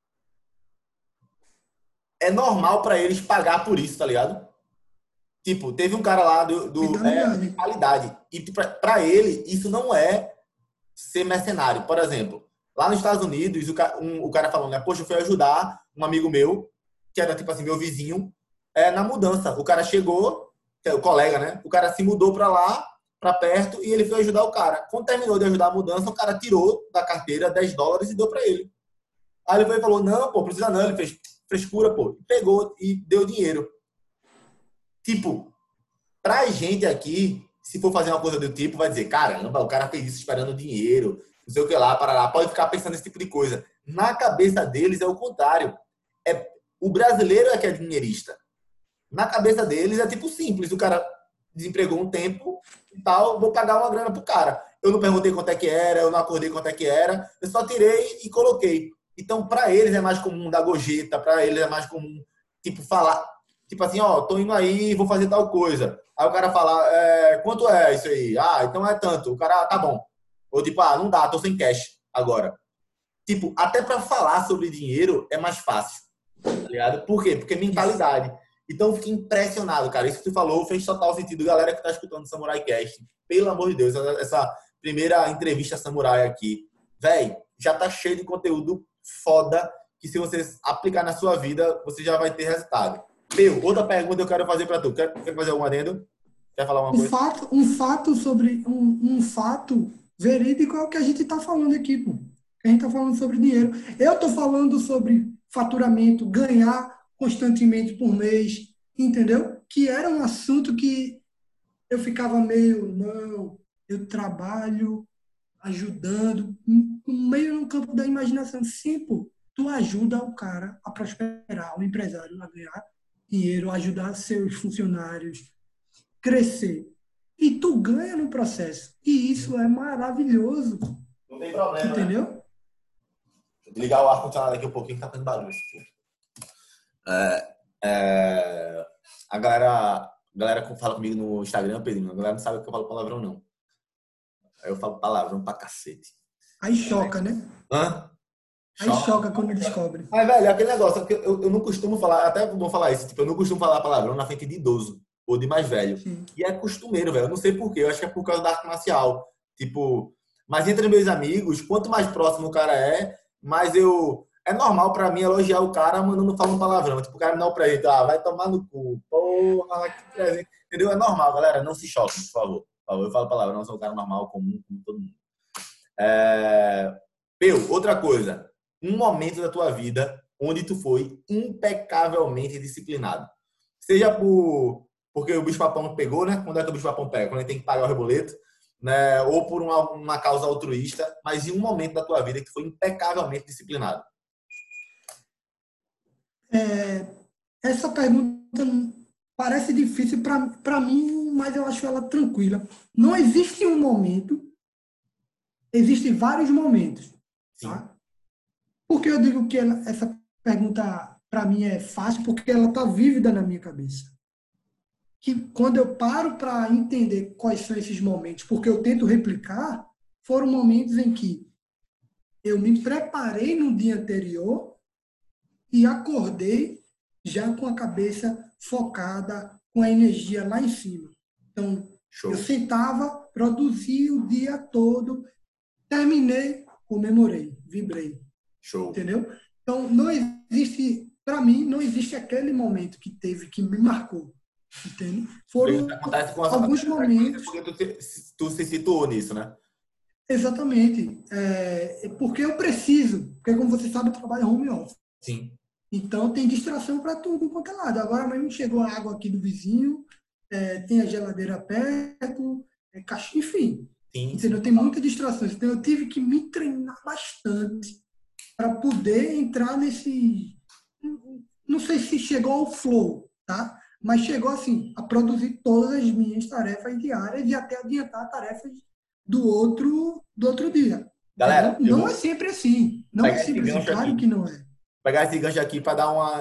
é normal pra eles pagar por isso, tá ligado? Tipo, teve um cara lá
Me tá ligado.
qualidade. E pra ele, isso não é ser mercenário. Por exemplo, lá nos Estados Unidos, o cara falou, né? Poxa, eu fui ajudar um amigo meu, que era, tipo assim, meu vizinho, na mudança. O cara chegou, que é o colega, né? O cara se mudou pra lá, pra perto, e ele foi ajudar o cara. Quando terminou de ajudar a mudança, o cara tirou da carteira $10 e deu pra ele. Aí ele foi e falou, não, pô, precisa não. Ele fez frescura, pô. Pegou e deu dinheiro. Tipo, pra gente aqui, se for fazer uma coisa do tipo, vai dizer, caramba, o cara fez isso esperando dinheiro. não sei o que lá, parará. Pode ficar pensando nesse tipo de coisa. Na cabeça deles é o contrário. O brasileiro é que é dinheirista. Na cabeça deles é tipo simples. O cara desempregou um tempo e tal, vou pagar uma grana pro cara. Eu não perguntei quanto é que era, eu não acordei quanto é que era, eu só tirei e coloquei. Então, para eles é mais comum dar gorjeta, para eles é mais comum, tipo, falar, tipo assim, ó, tô indo aí, vou fazer tal coisa. Aí o cara fala, quanto é isso aí? Ah, então é tanto. O cara, tá bom. Ou tipo, não dá, tô sem cash agora. Tipo, até para falar sobre dinheiro é mais fácil, tá ligado? Por quê? Porque é mentalidade. Então, eu fiquei impressionado, cara. Isso que tu falou fez total sentido. Galera que tá escutando o Samurai Cast, pelo amor de Deus, essa primeira entrevista samurai aqui, véi, já tá cheio de conteúdo foda que se você aplicar na sua vida, você já vai ter resultado. Meu, outra pergunta eu quero fazer para tu. Quer fazer algum adendo? Quer falar uma coisa?
Um fato verídico é o que a gente está falando aqui, pô. A gente está falando sobre dinheiro. Eu estou falando sobre faturamento, ganhar constantemente por mês, entendeu? Que era um assunto que eu ficava meio, não, eu trabalho ajudando, meio no campo da imaginação. Sim, pô, tu ajuda o cara a prosperar, o empresário a ganhar dinheiro, ajudar seus funcionários crescer. E tu ganha no processo. E isso é maravilhoso.
Não tem problema, né?
Entendeu?
Vou ligar o ar-condicionado aqui um pouquinho que tá fazendo barulho. É, a galera fala comigo no Instagram, Pedrinho. A galera não sabe que eu falo palavrão, não. Aí eu falo palavrão pra cacete.
Aí choca, né?
Hã?
Aí
Choca.
choca quando descobre.
Mas, velho, é aquele negócio, eu não costumo falar, até vou falar isso, tipo, eu não costumo falar palavrão na frente de idoso ou de mais velho.
Sim.
E é costumeiro, velho. Eu não sei por quê, eu acho que é por causa da arte marcial. Tipo, mas entre meus amigos, quanto mais próximo o cara mais eu. É normal pra mim elogiar o cara mandando falar um palavrão. Tipo, o cara me dá um presente, vai tomar no cu. Porra, que presente. Entendeu? É normal, galera. Não se choquem, por favor. Por favor, eu falo palavrão, eu sou um cara normal, comum, como todo mundo. Outra coisa. Um momento da tua vida onde tu foi impecavelmente disciplinado. Seja porque o bicho-papão pegou, né? Quando é que o bicho-papão pega? Quando ele tem que pagar o reboleto, né? Ou por uma causa altruísta, mas em um momento da tua vida que tu foi impecavelmente disciplinado.
Essa pergunta parece difícil para mim, mas eu acho ela tranquila. Não existe um momento, existem vários momentos. Tá? Por que eu digo que essa pergunta para mim é fácil? Porque ela está vívida na minha cabeça. Que quando eu paro para entender quais são esses momentos, porque eu tento replicar, foram momentos em que eu me preparei no dia anterior e acordei já com a cabeça focada, com a energia lá em cima. Então,
Show.
Eu sentava, produzia o dia todo, terminei, comemorei, vibrei.
Show.
Entendeu? Então, não existe, para mim, não existe aquele momento que teve, que me marcou. Entende? Foram alguns momentos.
Porque tu se situou nisso, né?
Exatamente. Porque eu preciso. Porque, como você sabe, eu trabalho home office.
Sim.
Então, tem distração para tudo quanto é lado. Agora mesmo chegou a água aqui do vizinho, tem a geladeira perto, caixa, enfim.
Sim.
Entendeu? Tem muitas distrações. Então, eu tive que me treinar bastante para poder entrar nesse... Não sei se chegou ao flow, tá? Mas chegou assim, a produzir todas as minhas tarefas diárias e até adiantar tarefas do outro dia.
Galera,
não é sempre assim. Não é sempre assim, claro que não é.
Vou pegar esse gancho aqui para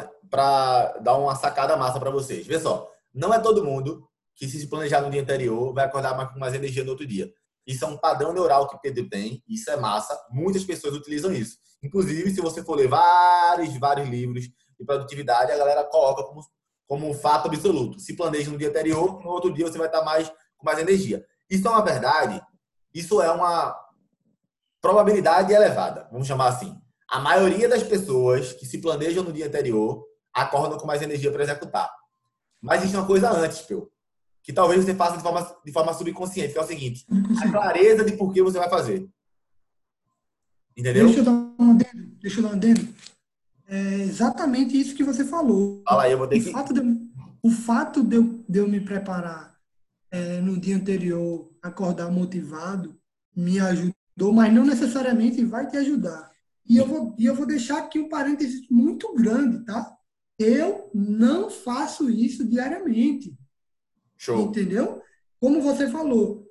dar uma sacada massa para vocês. Vê só, não é todo mundo que se planejar no dia anterior vai acordar com mais energia no outro dia. Isso é um padrão neural que o Pedro tem, isso é massa. Muitas pessoas utilizam isso. Inclusive, se você for ler vários livros de produtividade, a galera coloca como um fato absoluto. Se planeja no dia anterior, no outro dia você vai estar com mais energia. Isso é uma verdade? Isso é uma probabilidade elevada, vamos chamar assim. A maioria das pessoas que se planejam no dia anterior acordam com mais energia para executar. Mas existe uma coisa antes, que talvez você faça de forma subconsciente, que é o seguinte: a clareza de por que você vai fazer. Entendeu?
Deixa eu dar um adendo. É exatamente isso que você falou.
Fala aí, eu vou ter que...
O fato de eu me preparar no dia anterior, acordar motivado, me ajudou Dou, mas não necessariamente vai te ajudar. E eu vou deixar aqui um parênteses muito grande, tá? Eu não faço isso diariamente,
Show.
entendeu? Como você falou,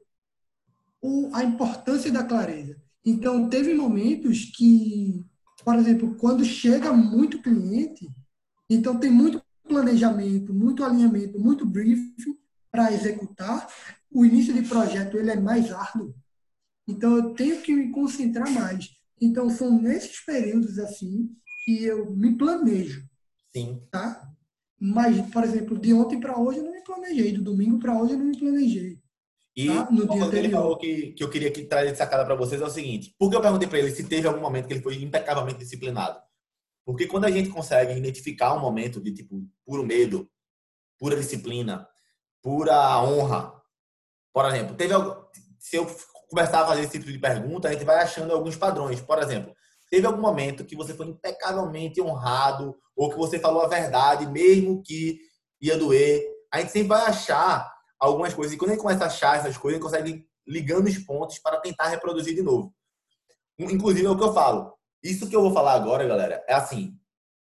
a importância da clareza. Então, teve momentos que, por exemplo, quando chega muito cliente, então tem muito planejamento, muito alinhamento, muito briefing para executar. O início de projeto ele é mais árduo, então eu tenho que me concentrar mais. Então são nesses períodos assim que eu me planejo,
Sim.
tá? Mas, por exemplo, de ontem para hoje eu não me planejei, do domingo para hoje eu não me planejei,
E
tá? No
uma
dia
coisa que ele falou
anterior.
que eu queria que trazer de sacada para vocês é o seguinte: por que eu perguntei para ele se teve algum momento que ele foi impecavelmente disciplinado? Porque quando a gente consegue identificar um momento de tipo puro medo, pura disciplina, pura honra, por exemplo, se eu começar a fazer esse tipo de pergunta, a gente vai achando alguns padrões. Por exemplo, teve algum momento que você foi impecavelmente honrado ou que você falou a verdade, mesmo que ia doer. A gente sempre vai achar algumas coisas. E quando a gente começa a achar essas coisas, a gente consegue ir ligando os pontos para tentar reproduzir de novo. Inclusive, é o que eu falo. Isso que eu vou falar agora, galera, é assim.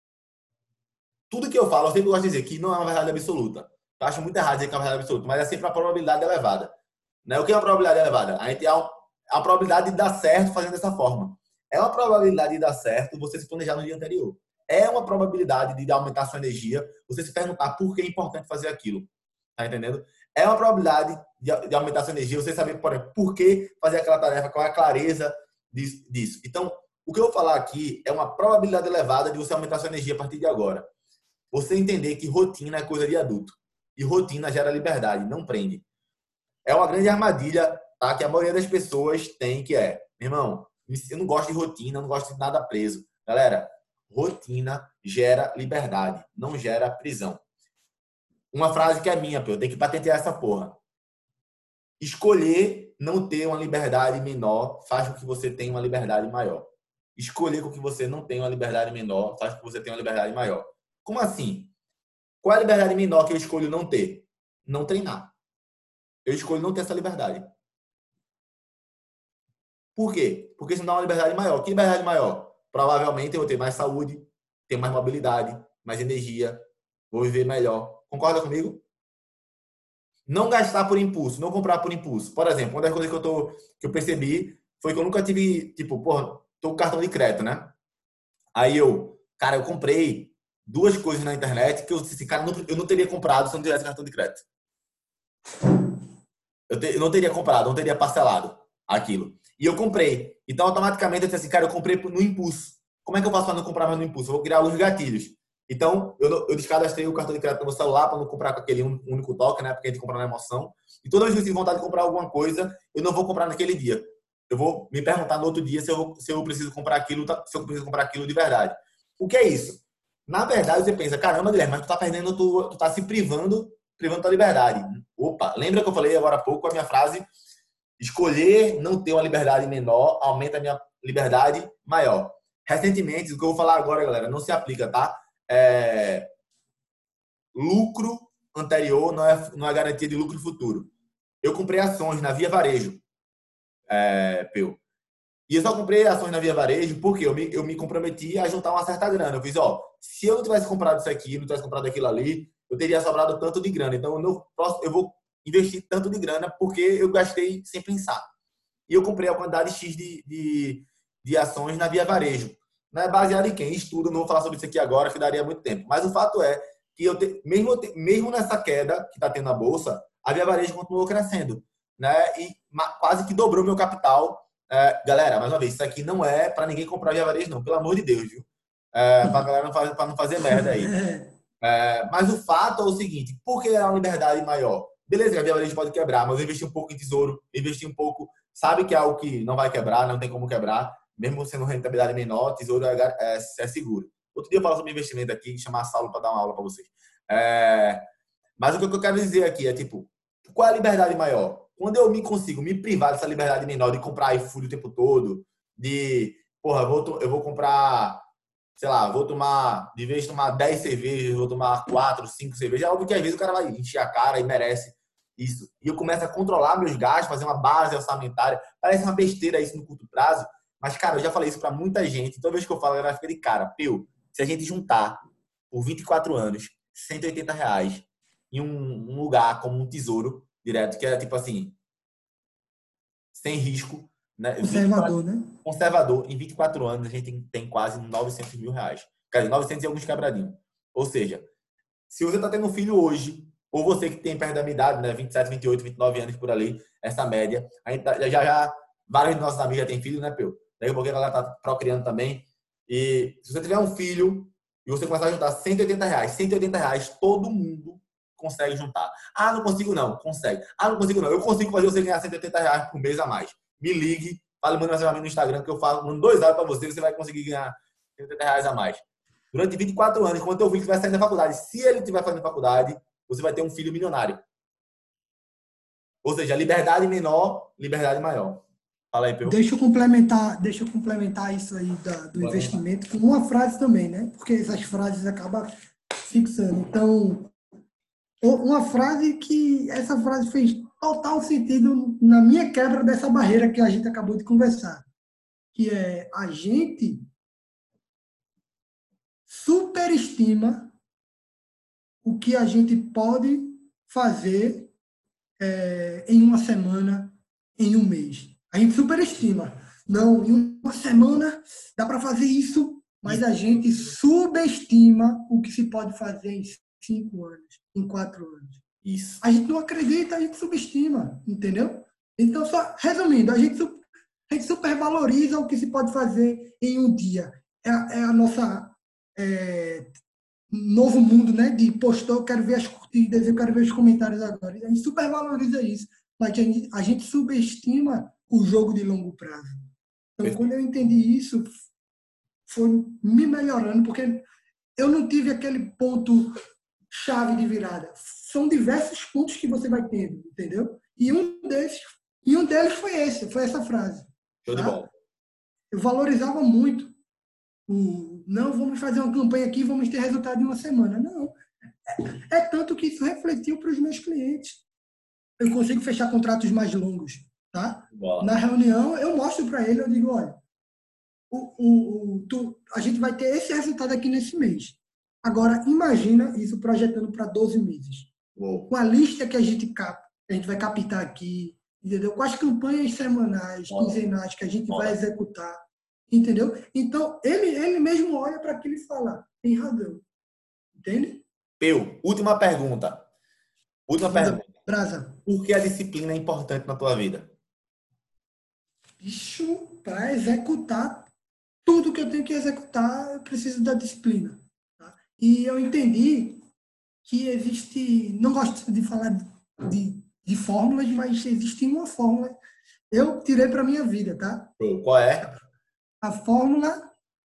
Tudo que eu falo, eu sempre gosto de dizer que não é uma verdade absoluta. Eu acho muito errado dizer que é uma verdade absoluta, mas é sempre uma probabilidade elevada. Né? O que é uma probabilidade elevada? A gente tem a probabilidade de dar certo fazendo dessa forma. É uma probabilidade de dar certo você se planejar no dia anterior. É uma probabilidade de aumentar sua energia, você se perguntar por que é importante fazer aquilo. Tá entendendo? É uma probabilidade de aumentar sua energia, você saber, por exemplo, por que fazer aquela tarefa, qual é a clareza disso. Então, o que eu vou falar aqui é uma probabilidade elevada de você aumentar sua energia a partir de agora. Você entender que rotina é coisa de adulto. E rotina gera liberdade, não prende. É uma grande armadilha, tá? Que a maioria das pessoas tem, que é, meu irmão, eu não gosto de rotina, eu não gosto de nada preso. Galera, rotina gera liberdade, não gera prisão. Uma frase que é minha, pô, eu tenho que patentear essa porra. Escolher não ter uma liberdade menor faz com que você tenha uma liberdade maior. Escolher com que você não tenha uma liberdade menor faz com que você tenha uma liberdade maior. Como assim? Qual é a liberdade menor que eu escolho não ter? Não treinar. Eu escolho não ter essa liberdade. Por quê? Porque isso me dá uma liberdade maior. Que liberdade maior? Provavelmente eu vou ter mais saúde, ter mais mobilidade, mais energia, vou viver melhor. Concorda comigo? Não gastar por impulso, não comprar por impulso. Por exemplo, uma das coisas que eu percebi foi que eu nunca tive, tipo, porra, tô com cartão de crédito, né? Aí cara, eu comprei duas coisas na internet que eu disse, cara, eu não teria comprado se eu não tivesse cartão de crédito. Eu não teria comprado, não teria parcelado aquilo. E eu comprei. Então, automaticamente, eu disse assim, cara, eu comprei no impulso. Como é que eu faço para não comprar mais no impulso? Eu vou criar alguns gatilhos. Então, eu descadastrei o cartão de crédito no meu celular para não comprar com aquele único toque, né? Porque a gente compra na emoção. E toda vez que eu tenho vontade de comprar alguma coisa, eu não vou comprar naquele dia. Eu vou me perguntar no outro dia se eu preciso comprar aquilo, se eu preciso comprar aquilo de verdade. O que é isso? Na verdade, você pensa, caramba, Guilherme, mas tu tá perdendo, tu tá se privando da liberdade. Opa, lembra que eu falei agora há pouco a minha frase? Escolher não ter uma liberdade menor aumenta a minha liberdade maior. Recentemente, o que eu vou falar agora, galera, não se aplica, tá? Lucro anterior não é garantia de lucro futuro. Eu comprei ações na Via Varejo, Peu. E eu só comprei ações na Via Varejo porque eu me comprometi a juntar uma certa grana. Eu fiz, se eu não tivesse comprado isso aqui, não tivesse comprado aquilo ali, eu teria sobrado tanto de grana. Então, eu vou investir tanto de grana porque eu gastei sem pensar. E eu comprei a quantidade X de ações na Via Varejo. Não é baseado em quem? Estudo, não vou falar sobre isso aqui agora, que daria muito tempo. Mas o fato é que mesmo nessa queda que está tendo na Bolsa, a Via Varejo continuou crescendo. Né? E quase que dobrou meu capital. Galera, mais uma vez, isso aqui não é para ninguém comprar Via Varejo, não. Pelo amor de Deus, viu? Para a galera não fazer merda aí. Mas o fato é o seguinte, por que é uma liberdade maior? Beleza, a Via Varejo pode quebrar, mas eu investi um pouco em tesouro, investi um pouco, sabe que é algo que não vai quebrar, não tem como quebrar, mesmo sendo rentabilidade menor, tesouro é seguro. Outro dia eu falo sobre investimento aqui, chamar Saulo para dar uma aula para vocês. Mas o que eu quero dizer aqui é, tipo, qual é a liberdade maior? Quando eu me consigo me privar dessa liberdade menor de comprar iFood o tempo todo, de, porra, eu vou comprar, sei lá, vou tomar, de vez de tomar 10 cervejas, vou tomar 4, 5 cervejas. É óbvio que às vezes o cara vai encher a cara e merece. Isso. E eu começo a controlar meus gastos, fazer uma base orçamentária. Parece uma besteira isso no curto prazo, mas, cara, eu já falei isso para muita gente. Toda vez que eu falo, a galera fica de cara. Peu, se a gente juntar por 24 anos, R$ 180 em um lugar como um tesouro direto, que é tipo assim, sem risco, né? 24,
Conservador, né?
conservador, em 24 anos a gente tem quase R$ 900 mil. Quer dizer, 900 e alguns quebradinhos. Ou seja, se você está tendo um filho hoje, ou você que tem perto da minha idade, né, 27, 28, 29 anos por ali, essa média, a gente já vários de nossos amigos já têm filho, né, Peu? Daqui a pouco a galera tá procriando também. E se você tiver um filho e você começar a juntar R$ 180 todo mundo consegue juntar. Ah, não consigo não. Consegue. Ah, não consigo não. Eu consigo fazer você ganhar R$ 180 por mês a mais. Me ligue, fale, manda mensagem no Instagram que eu falo, mando 2 áudios para você, você vai conseguir ganhar R$ 180 a mais. Durante 24 anos, quando teu filho estiver saindo da faculdade, se ele estiver fazendo faculdade, você vai ter um filho milionário. Ou seja, liberdade menor, liberdade maior. Fala aí, Peu.
Deixa eu complementar isso aí do investimento com uma frase também, né? Porque essas frases acabam fixando. Então, essa frase fez total sentido na minha quebra dessa barreira que a gente acabou de conversar, que é a gente superestima o que a gente pode fazer em uma semana, em um mês. A gente superestima. Não, em uma semana dá para fazer isso, mas a gente subestima o que se pode fazer em 5 anos, em 4 anos.
Isso.
A gente não acredita, a gente subestima, entendeu? Então, só resumindo, a gente supervaloriza o que se pode fazer em um dia. É a nossa novo mundo, né? De postou, eu quero ver as curtidas, eu quero ver os comentários agora. A gente supervaloriza isso, mas a gente subestima o jogo de longo prazo. Então, quando eu entendi isso, foi me melhorando, porque eu não tive aquele ponto chave de virada. São diversos pontos que você vai tendo, entendeu? E um deles foi essa frase.
Show de
Tá?
bola.
Eu valorizava muito não, vamos fazer uma campanha aqui, vamos ter resultado em uma semana. Não. É tanto que isso refletiu para os meus clientes. Eu consigo fechar contratos mais longos. Tá? Na reunião, eu mostro para ele, eu digo, olha, a gente vai ter esse resultado aqui nesse mês. Agora, imagina isso projetando para 12 meses.
Uou.
Com a lista que a gente vai captar aqui, entendeu? Com as campanhas semanais, quinzenais que a gente vai executar, entendeu? Então, ele mesmo olha para aquilo e fala, tem razão. Entende?
Peu, última pergunta.
Brasa.
Por que a disciplina é importante na tua vida?
Bicho, para executar tudo que eu tenho que executar, eu preciso da disciplina. Tá? E eu entendi que existe, não gosto de falar de fórmulas, mas existe uma fórmula. Eu tirei para minha vida, tá?
Qual é?
A fórmula,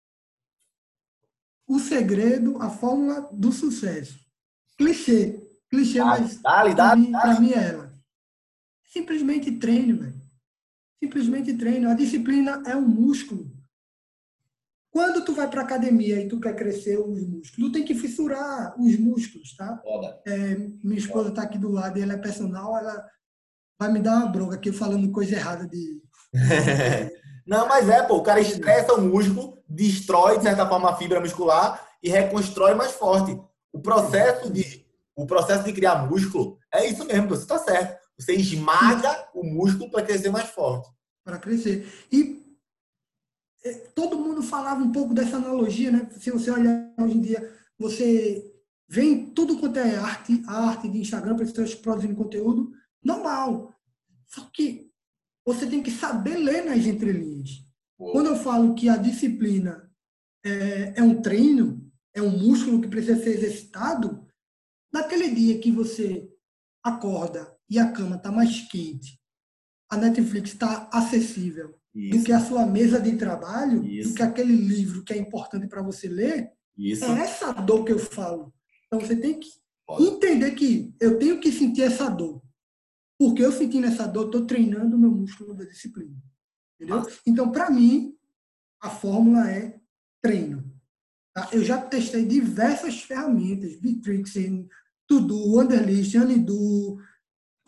o segredo, a fórmula do sucesso. Clichê, mas para mim é ela. Simplesmente treino, velho. Simplesmente treino. A disciplina é um músculo. Quando tu vai para academia e tu quer crescer os músculos, tu tem que fissurar os músculos, tá? Minha esposa está aqui do lado, ela é personal, ela vai me dar uma bronca aqui falando coisa errada de...
Não, mas pô, o cara estressa o músculo, destrói, de certa forma, a fibra muscular e reconstrói mais forte. O processo de criar músculo é isso mesmo, você está certo. Você esmaga o músculo para crescer mais forte.
Para crescer. E todo mundo falava um pouco dessa analogia, né? Se você olhar hoje em dia, você vê em tudo quanto é arte, a arte de Instagram, pessoas produzindo conteúdo, normal. Só que você tem que saber ler nas entrelinhas. Quando eu falo que a disciplina é um treino, é um músculo que precisa ser exercitado, naquele dia que você acorda e a cama está mais quente, a Netflix está acessível do que a sua mesa de trabalho, do que aquele livro que é importante para você ler, é essa dor que eu falo. Então você tem que entender que eu tenho que sentir essa dor. Porque eu sentindo essa dor, estou treinando o meu músculo da disciplina. Entendeu? Então, para mim, a fórmula é treino. Tá? Eu já testei diversas ferramentas, Bitrix, To-Do, Wunderlist, Honeydo,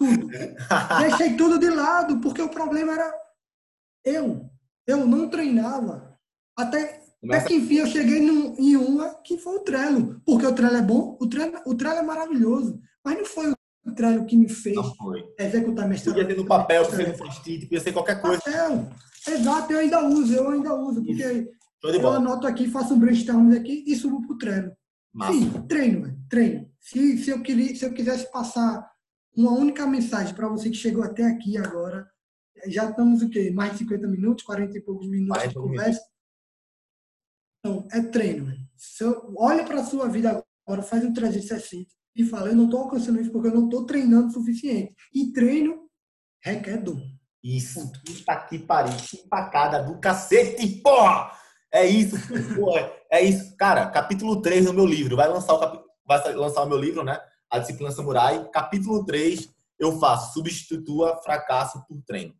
tudo. Deixei tudo de lado, porque o problema era eu. Eu não treinava. Até
Começa.
que, enfim, eu cheguei em uma que foi o Trello. Porque o Trello é bom, o Trello é maravilhoso. Mas não foi o Trello que me fez
Não foi.
executar
Podia ser no papel, podia ser no post-it, podia ser qualquer coisa.
papel. Exato, eu ainda uso,
Isso.
porque
Show de
eu
bola.
anoto aqui, faço um brainstorm aqui e subo pro Trello.
Massa.
Sim, treino, velho, treino. Se eu quisesse passar uma única mensagem para você que chegou até aqui agora, já estamos o quê? Mais de 50 minutos, 40 e poucos minutos de
40 minutos.
conversa. Então, é treino, velho. Olha para a sua vida agora, faz um 360 e fala, eu não estou alcançando isso porque eu não estou treinando o suficiente. E treino requer dor.
Isso. Puta que pariu. Que empacada do cacete, porra! É isso, porra. É isso. Cara, capítulo 3 no meu livro. Vai lançar o meu livro, né? A Disciplina Samurai. Capítulo 3, eu faço. Substitua fracasso por treino.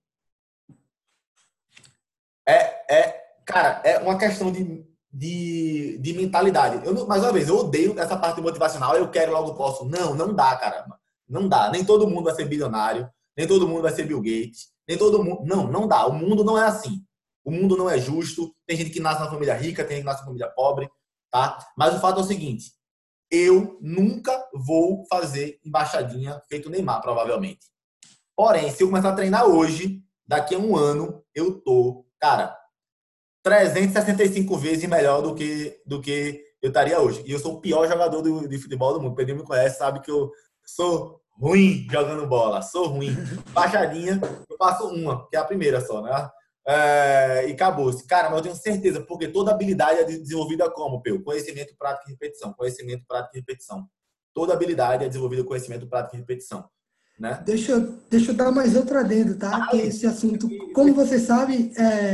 Cara, é uma questão de mentalidade. Mais uma vez, eu odeio essa parte motivacional. Eu quero, logo posso. Não, não dá, caramba. Não dá. Nem todo mundo vai ser bilionário. Nem todo mundo vai ser Bill Gates. Nem todo mundo. Não, não dá. O mundo não é assim. O mundo não é justo. Tem gente que nasce na família rica, tem gente que nasce na família pobre, tá? Mas o fato é o seguinte: eu nunca vou fazer embaixadinha feito Neymar, provavelmente. Porém, se eu começar a treinar hoje, daqui a um ano, eu tô, cara, 365 vezes melhor do que eu estaria hoje. E eu sou o pior jogador de futebol do mundo. O Pedrinho me conhece, sabe que eu sou ruim jogando bola. Sou ruim. Baixadinha, eu faço uma, que é a primeira só, né? E acabou-se. Cara, mas eu tenho certeza, porque toda habilidade é desenvolvida como, Peu? Conhecimento, prática e repetição. Conhecimento, prática e repetição. Toda habilidade é desenvolvida com conhecimento, prática e repetição. Né?
Deixa eu dar mais outro adendo, tá? Que esse assunto, como você sabe,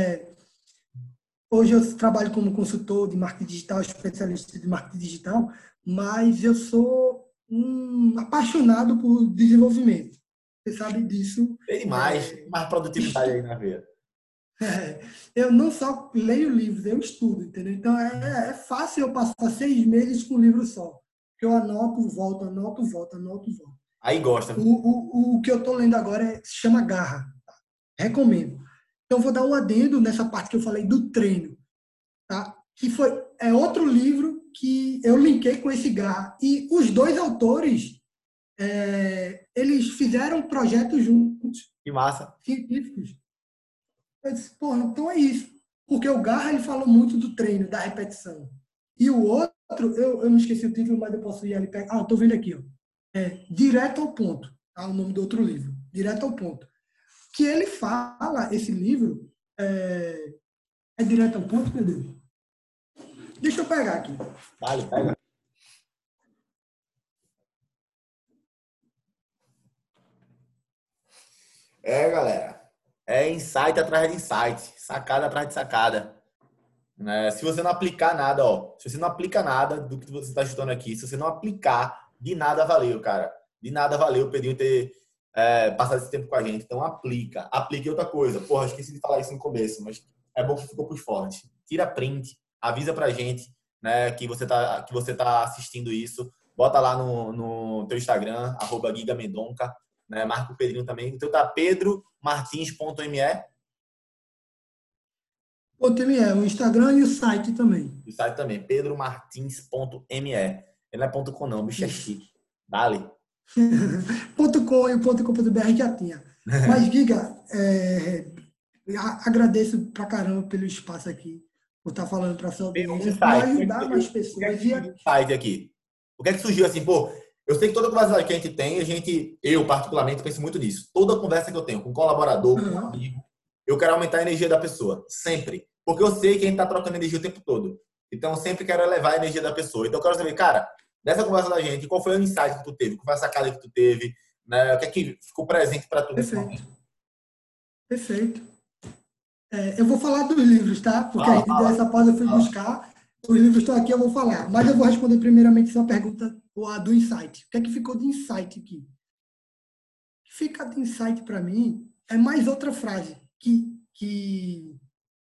hoje eu trabalho como consultor de marketing digital, especialista de marketing digital, mas eu sou um apaixonado por desenvolvimento. Você sabe disso.
Tem mais produtividade aí na veia.
Eu não só leio livros, eu estudo, entendeu? Então é fácil eu passar 6 meses com um livro só. Que eu anoto, volto, anoto, volto, anoto, volto.
Aí gosta.
O que eu estou lendo agora se chama Garra. Recomendo. Então, vou dar um adendo nessa parte que eu falei do treino, tá? Que é outro livro que eu linkei com esse Garra. E os dois autores, eles fizeram projetos juntos.
Que massa.
Científicos. Eu disse, pô, então é isso. Porque o Garra, ele falou muito do treino, da repetição. E o outro, eu não esqueci o título, mas eu posso ir ali pegar. Eu tô vendo aqui, ó. Direto ao ponto, tá? O nome do outro livro. Direto ao ponto. Que ele fala, esse livro, é direto ao ponto, meu Deus. Deixa eu pegar aqui.
Vale, pega. Galera. É insight atrás de insight. Sacada atrás de sacada. Né? Se você não aplicar nada, ó. Se você não aplica nada do que você está estudando aqui, se você não aplicar, de nada valeu, cara. De nada valeu o Pedrinho ter passado esse tempo com a gente. Então aplica. Aplique outra coisa. Porra, esqueci de falar isso no começo, mas é bom que ficou por forte. Tira print, avisa pra gente, né, que você tá assistindo isso. Bota lá no teu Instagram, @gigamendonca, né? Marca o Pedrinho também. O teu tá pedromartins.me.
O Instagram e o site também.
O site também, pedromartins.me. Ele não é ponto .com não, o bicho é chique. Dale.
.com e o .com.br já tinha. Mas, Giga, agradeço pra caramba pelo espaço aqui, por estar falando para sua audiência, por ajudar mais pessoas.
Site aqui. O que é que surgiu assim, pô? Eu sei que toda conversa que a gente tem, eu particularmente penso muito nisso. Toda conversa que eu tenho com um colaborador, com um amigo, eu quero aumentar a energia da pessoa, sempre. Porque eu sei que a gente tá trocando energia o tempo todo. Então, eu sempre quero elevar a energia da pessoa. Então, eu quero saber, cara, dessa conversa da gente, qual foi o insight que tu teve? Qual foi a sacada que tu teve? Né? O que é que ficou presente para tu nesse momento?
Perfeito. Eu vou falar dos livros, tá? Porque a gente deu essa pausa, eu fui buscar. Os livros estão aqui, eu vou falar. Mas eu vou responder primeiramente sua pergunta do insight. O que é que ficou de insight aqui? O que fica de insight para mim é mais outra frase que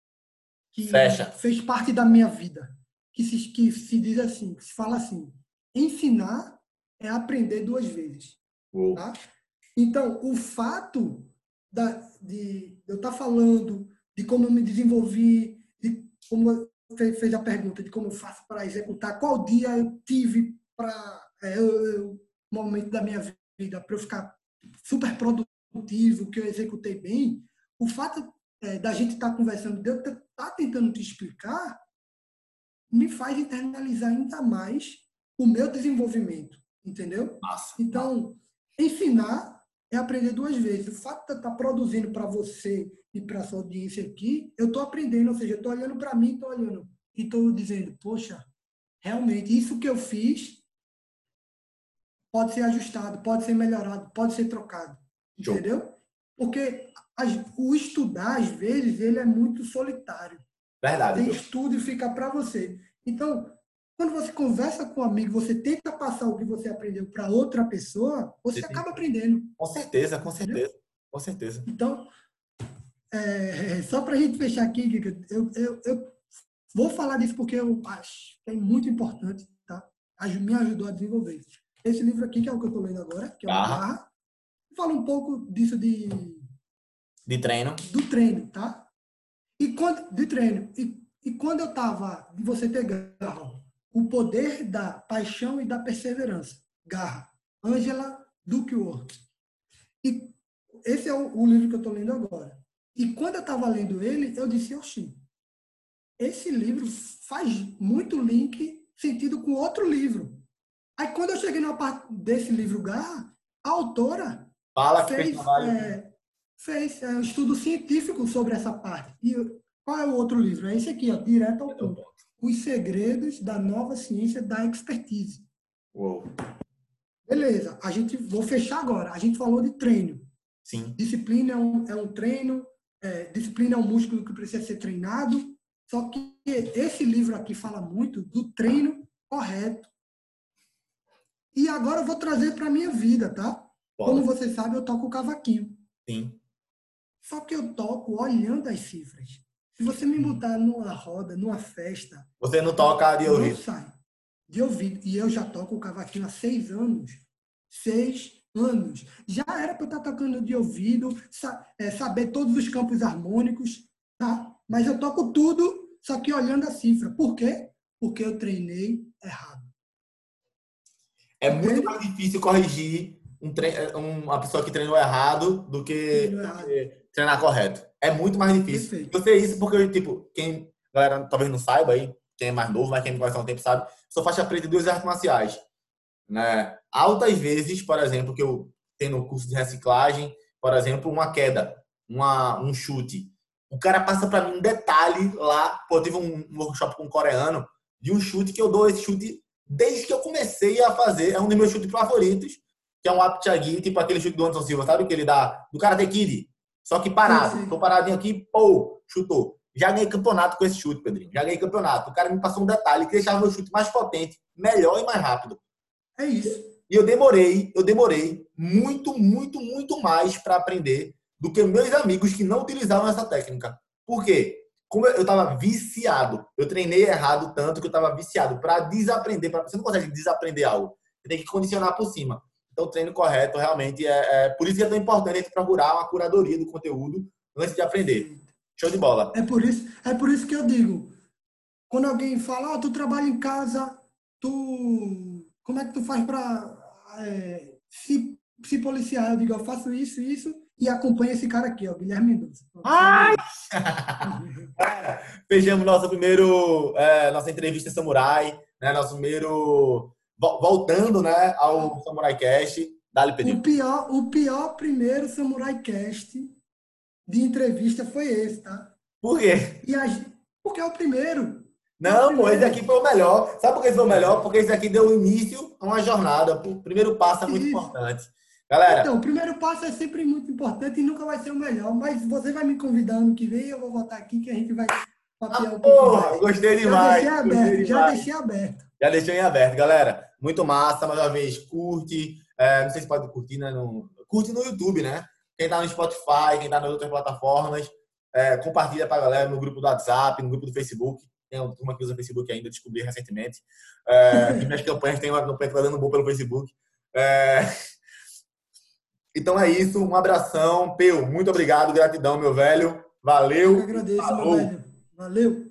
fez parte da minha vida. Que se diz assim, que se fala assim: ensinar é aprender 2 vezes. Tá? Então, o fato de eu estar falando, de como eu me desenvolvi, de como fez a pergunta, de como eu faço para executar, qual dia eu tive para momento da minha vida para eu ficar super produtivo, que eu executei bem, o fato da gente estar conversando, de eu estar tentando te explicar, me faz internalizar ainda mais o meu desenvolvimento, entendeu?
Massa.
Então, ensinar é aprender duas vezes. O fato de eu estar produzindo para você e para a sua audiência aqui, eu estou aprendendo, ou seja, eu estou olhando para mim, estou olhando e estou dizendo, poxa, realmente, isso que eu fiz pode ser ajustado, pode ser melhorado, pode ser trocado,
Show.
entendeu? Porque o estudar, às vezes, ele é muito solitário.
Verdade.
Você estuda e fica para você. Então, quando você conversa com um amigo, você tenta passar o que você aprendeu para outra pessoa, você acaba aprendendo.
Com certeza, com
Entendeu?
certeza. Com certeza.
Então, só para a gente fechar aqui, Giga, eu vou falar disso porque eu acho que é muito importante, tá? Me ajudou a desenvolver. Esse livro aqui, que é o que eu estou lendo agora, que é o Garra, fala um pouco disso
de treino.
Do treino, tá? De treino. E quando eu estava, de você ter garra, o poder da paixão e da perseverança. Garra. Angela Duckworth. E esse é o livro que eu estou lendo agora. E quando eu estava lendo ele, eu disse, oxi, esse livro faz muito link, sentido com outro livro. Aí quando eu cheguei na parte desse livro Garra, a autora fez um estudo científico sobre essa parte. E qual é o outro livro? É esse aqui, ó, direto ao ponto. Os segredos da nova ciência da expertise.
Uou.
Beleza, vou fechar agora. A gente falou de treino.
Sim.
Disciplina é um treino, disciplina é um músculo que precisa ser treinado. Só que esse livro aqui fala muito do treino correto. E agora eu vou trazer para a minha vida, tá? Como você sabe, eu toco cavaquinho.
Sim.
Só que eu toco olhando as cifras. Se você me botar numa roda, numa festa...
Você não toca de ouvido?
Não sai. De ouvido. E eu já toco o cavaquinho há 6 anos. 6 anos. Já era para eu estar tocando de ouvido, saber todos os campos harmônicos, tá? Mas eu toco tudo, só que olhando a cifra. Por quê? Porque eu treinei errado.
É muito mais difícil corrigir uma pessoa que treinou errado do que treinar correto. É muito mais difícil.
Perfeito.
Eu sei isso porque, tipo, a galera talvez não saiba aí, quem é mais novo, mas quem me conhece há um tempo sabe, sou faixa preta de 2 artes marciais. Né? Altas vezes, por exemplo, que eu tenho no curso de reciclagem, por exemplo, uma queda, um chute. O cara passa para mim um detalhe lá, pô, eu tive um workshop com um coreano de um chute que eu dou esse chute desde que eu comecei a fazer, é um dos meus chutes favoritos, que é um apchagi, tipo aquele chute do Anderson Silva, sabe? Que ele dá do Karate Kid, só que parado. Tô paradinho aqui, pô, chutou. Já ganhei campeonato com esse chute, Pedrinho. Já ganhei campeonato. O cara me passou um detalhe que deixava meu chute mais potente, melhor e mais rápido.
É isso.
E eu demorei muito, muito, muito mais para aprender do que meus amigos que não utilizavam essa técnica. Por quê? Como eu estava viciado, eu treinei errado tanto que eu estava viciado para desaprender. Você não consegue desaprender algo, você tem que condicionar por cima. Então, o treino correto realmente por isso que é tão importante a gente procurar uma curadoria do conteúdo antes de aprender. Show de bola.
É por isso que eu digo, quando alguém fala, tu trabalha em casa, como é que tu faz para se policiar? Eu digo, eu faço isso, e acompanho esse cara aqui, ó, Guilherme Mendonça.
Ai! Fechamos nossa entrevista Samurai, né? Nosso primeiro... Voltando, né, ao Samurai Cast. Dá-lhe, Pedrinho.
O pior primeiro Samurai Cast de entrevista foi esse, tá?
Por quê?
Porque é o primeiro.
Não, pô, esse aqui foi o melhor. Sabe por que esse foi o melhor? Porque esse aqui deu início a uma jornada. Pô. O primeiro passo é muito importante. Galera...
Então, o primeiro passo é sempre muito importante e nunca vai ser o melhor. Mas você vai me convidar ano que vem, eu vou voltar aqui que a gente vai papear um pouco mais.
Gostei demais.
Já deixei aberto.
Já deixei em aberto, galera. Muito massa. Mais uma vez, curte. Não sei se pode curtir, né? Curte no YouTube, né? Quem tá no Spotify, quem tá nas outras plataformas. Compartilha pra galera no grupo do WhatsApp, no grupo do Facebook. Tem uma turma que usa o Facebook ainda, descobri recentemente. Minhas campanhas tem uma campanha que tá dando bom pelo Facebook. Então é isso, um abração. Peu, muito obrigado, gratidão, meu velho.
Eu que
Valeu.
agradeço, meu
Falou.
velho. Valeu.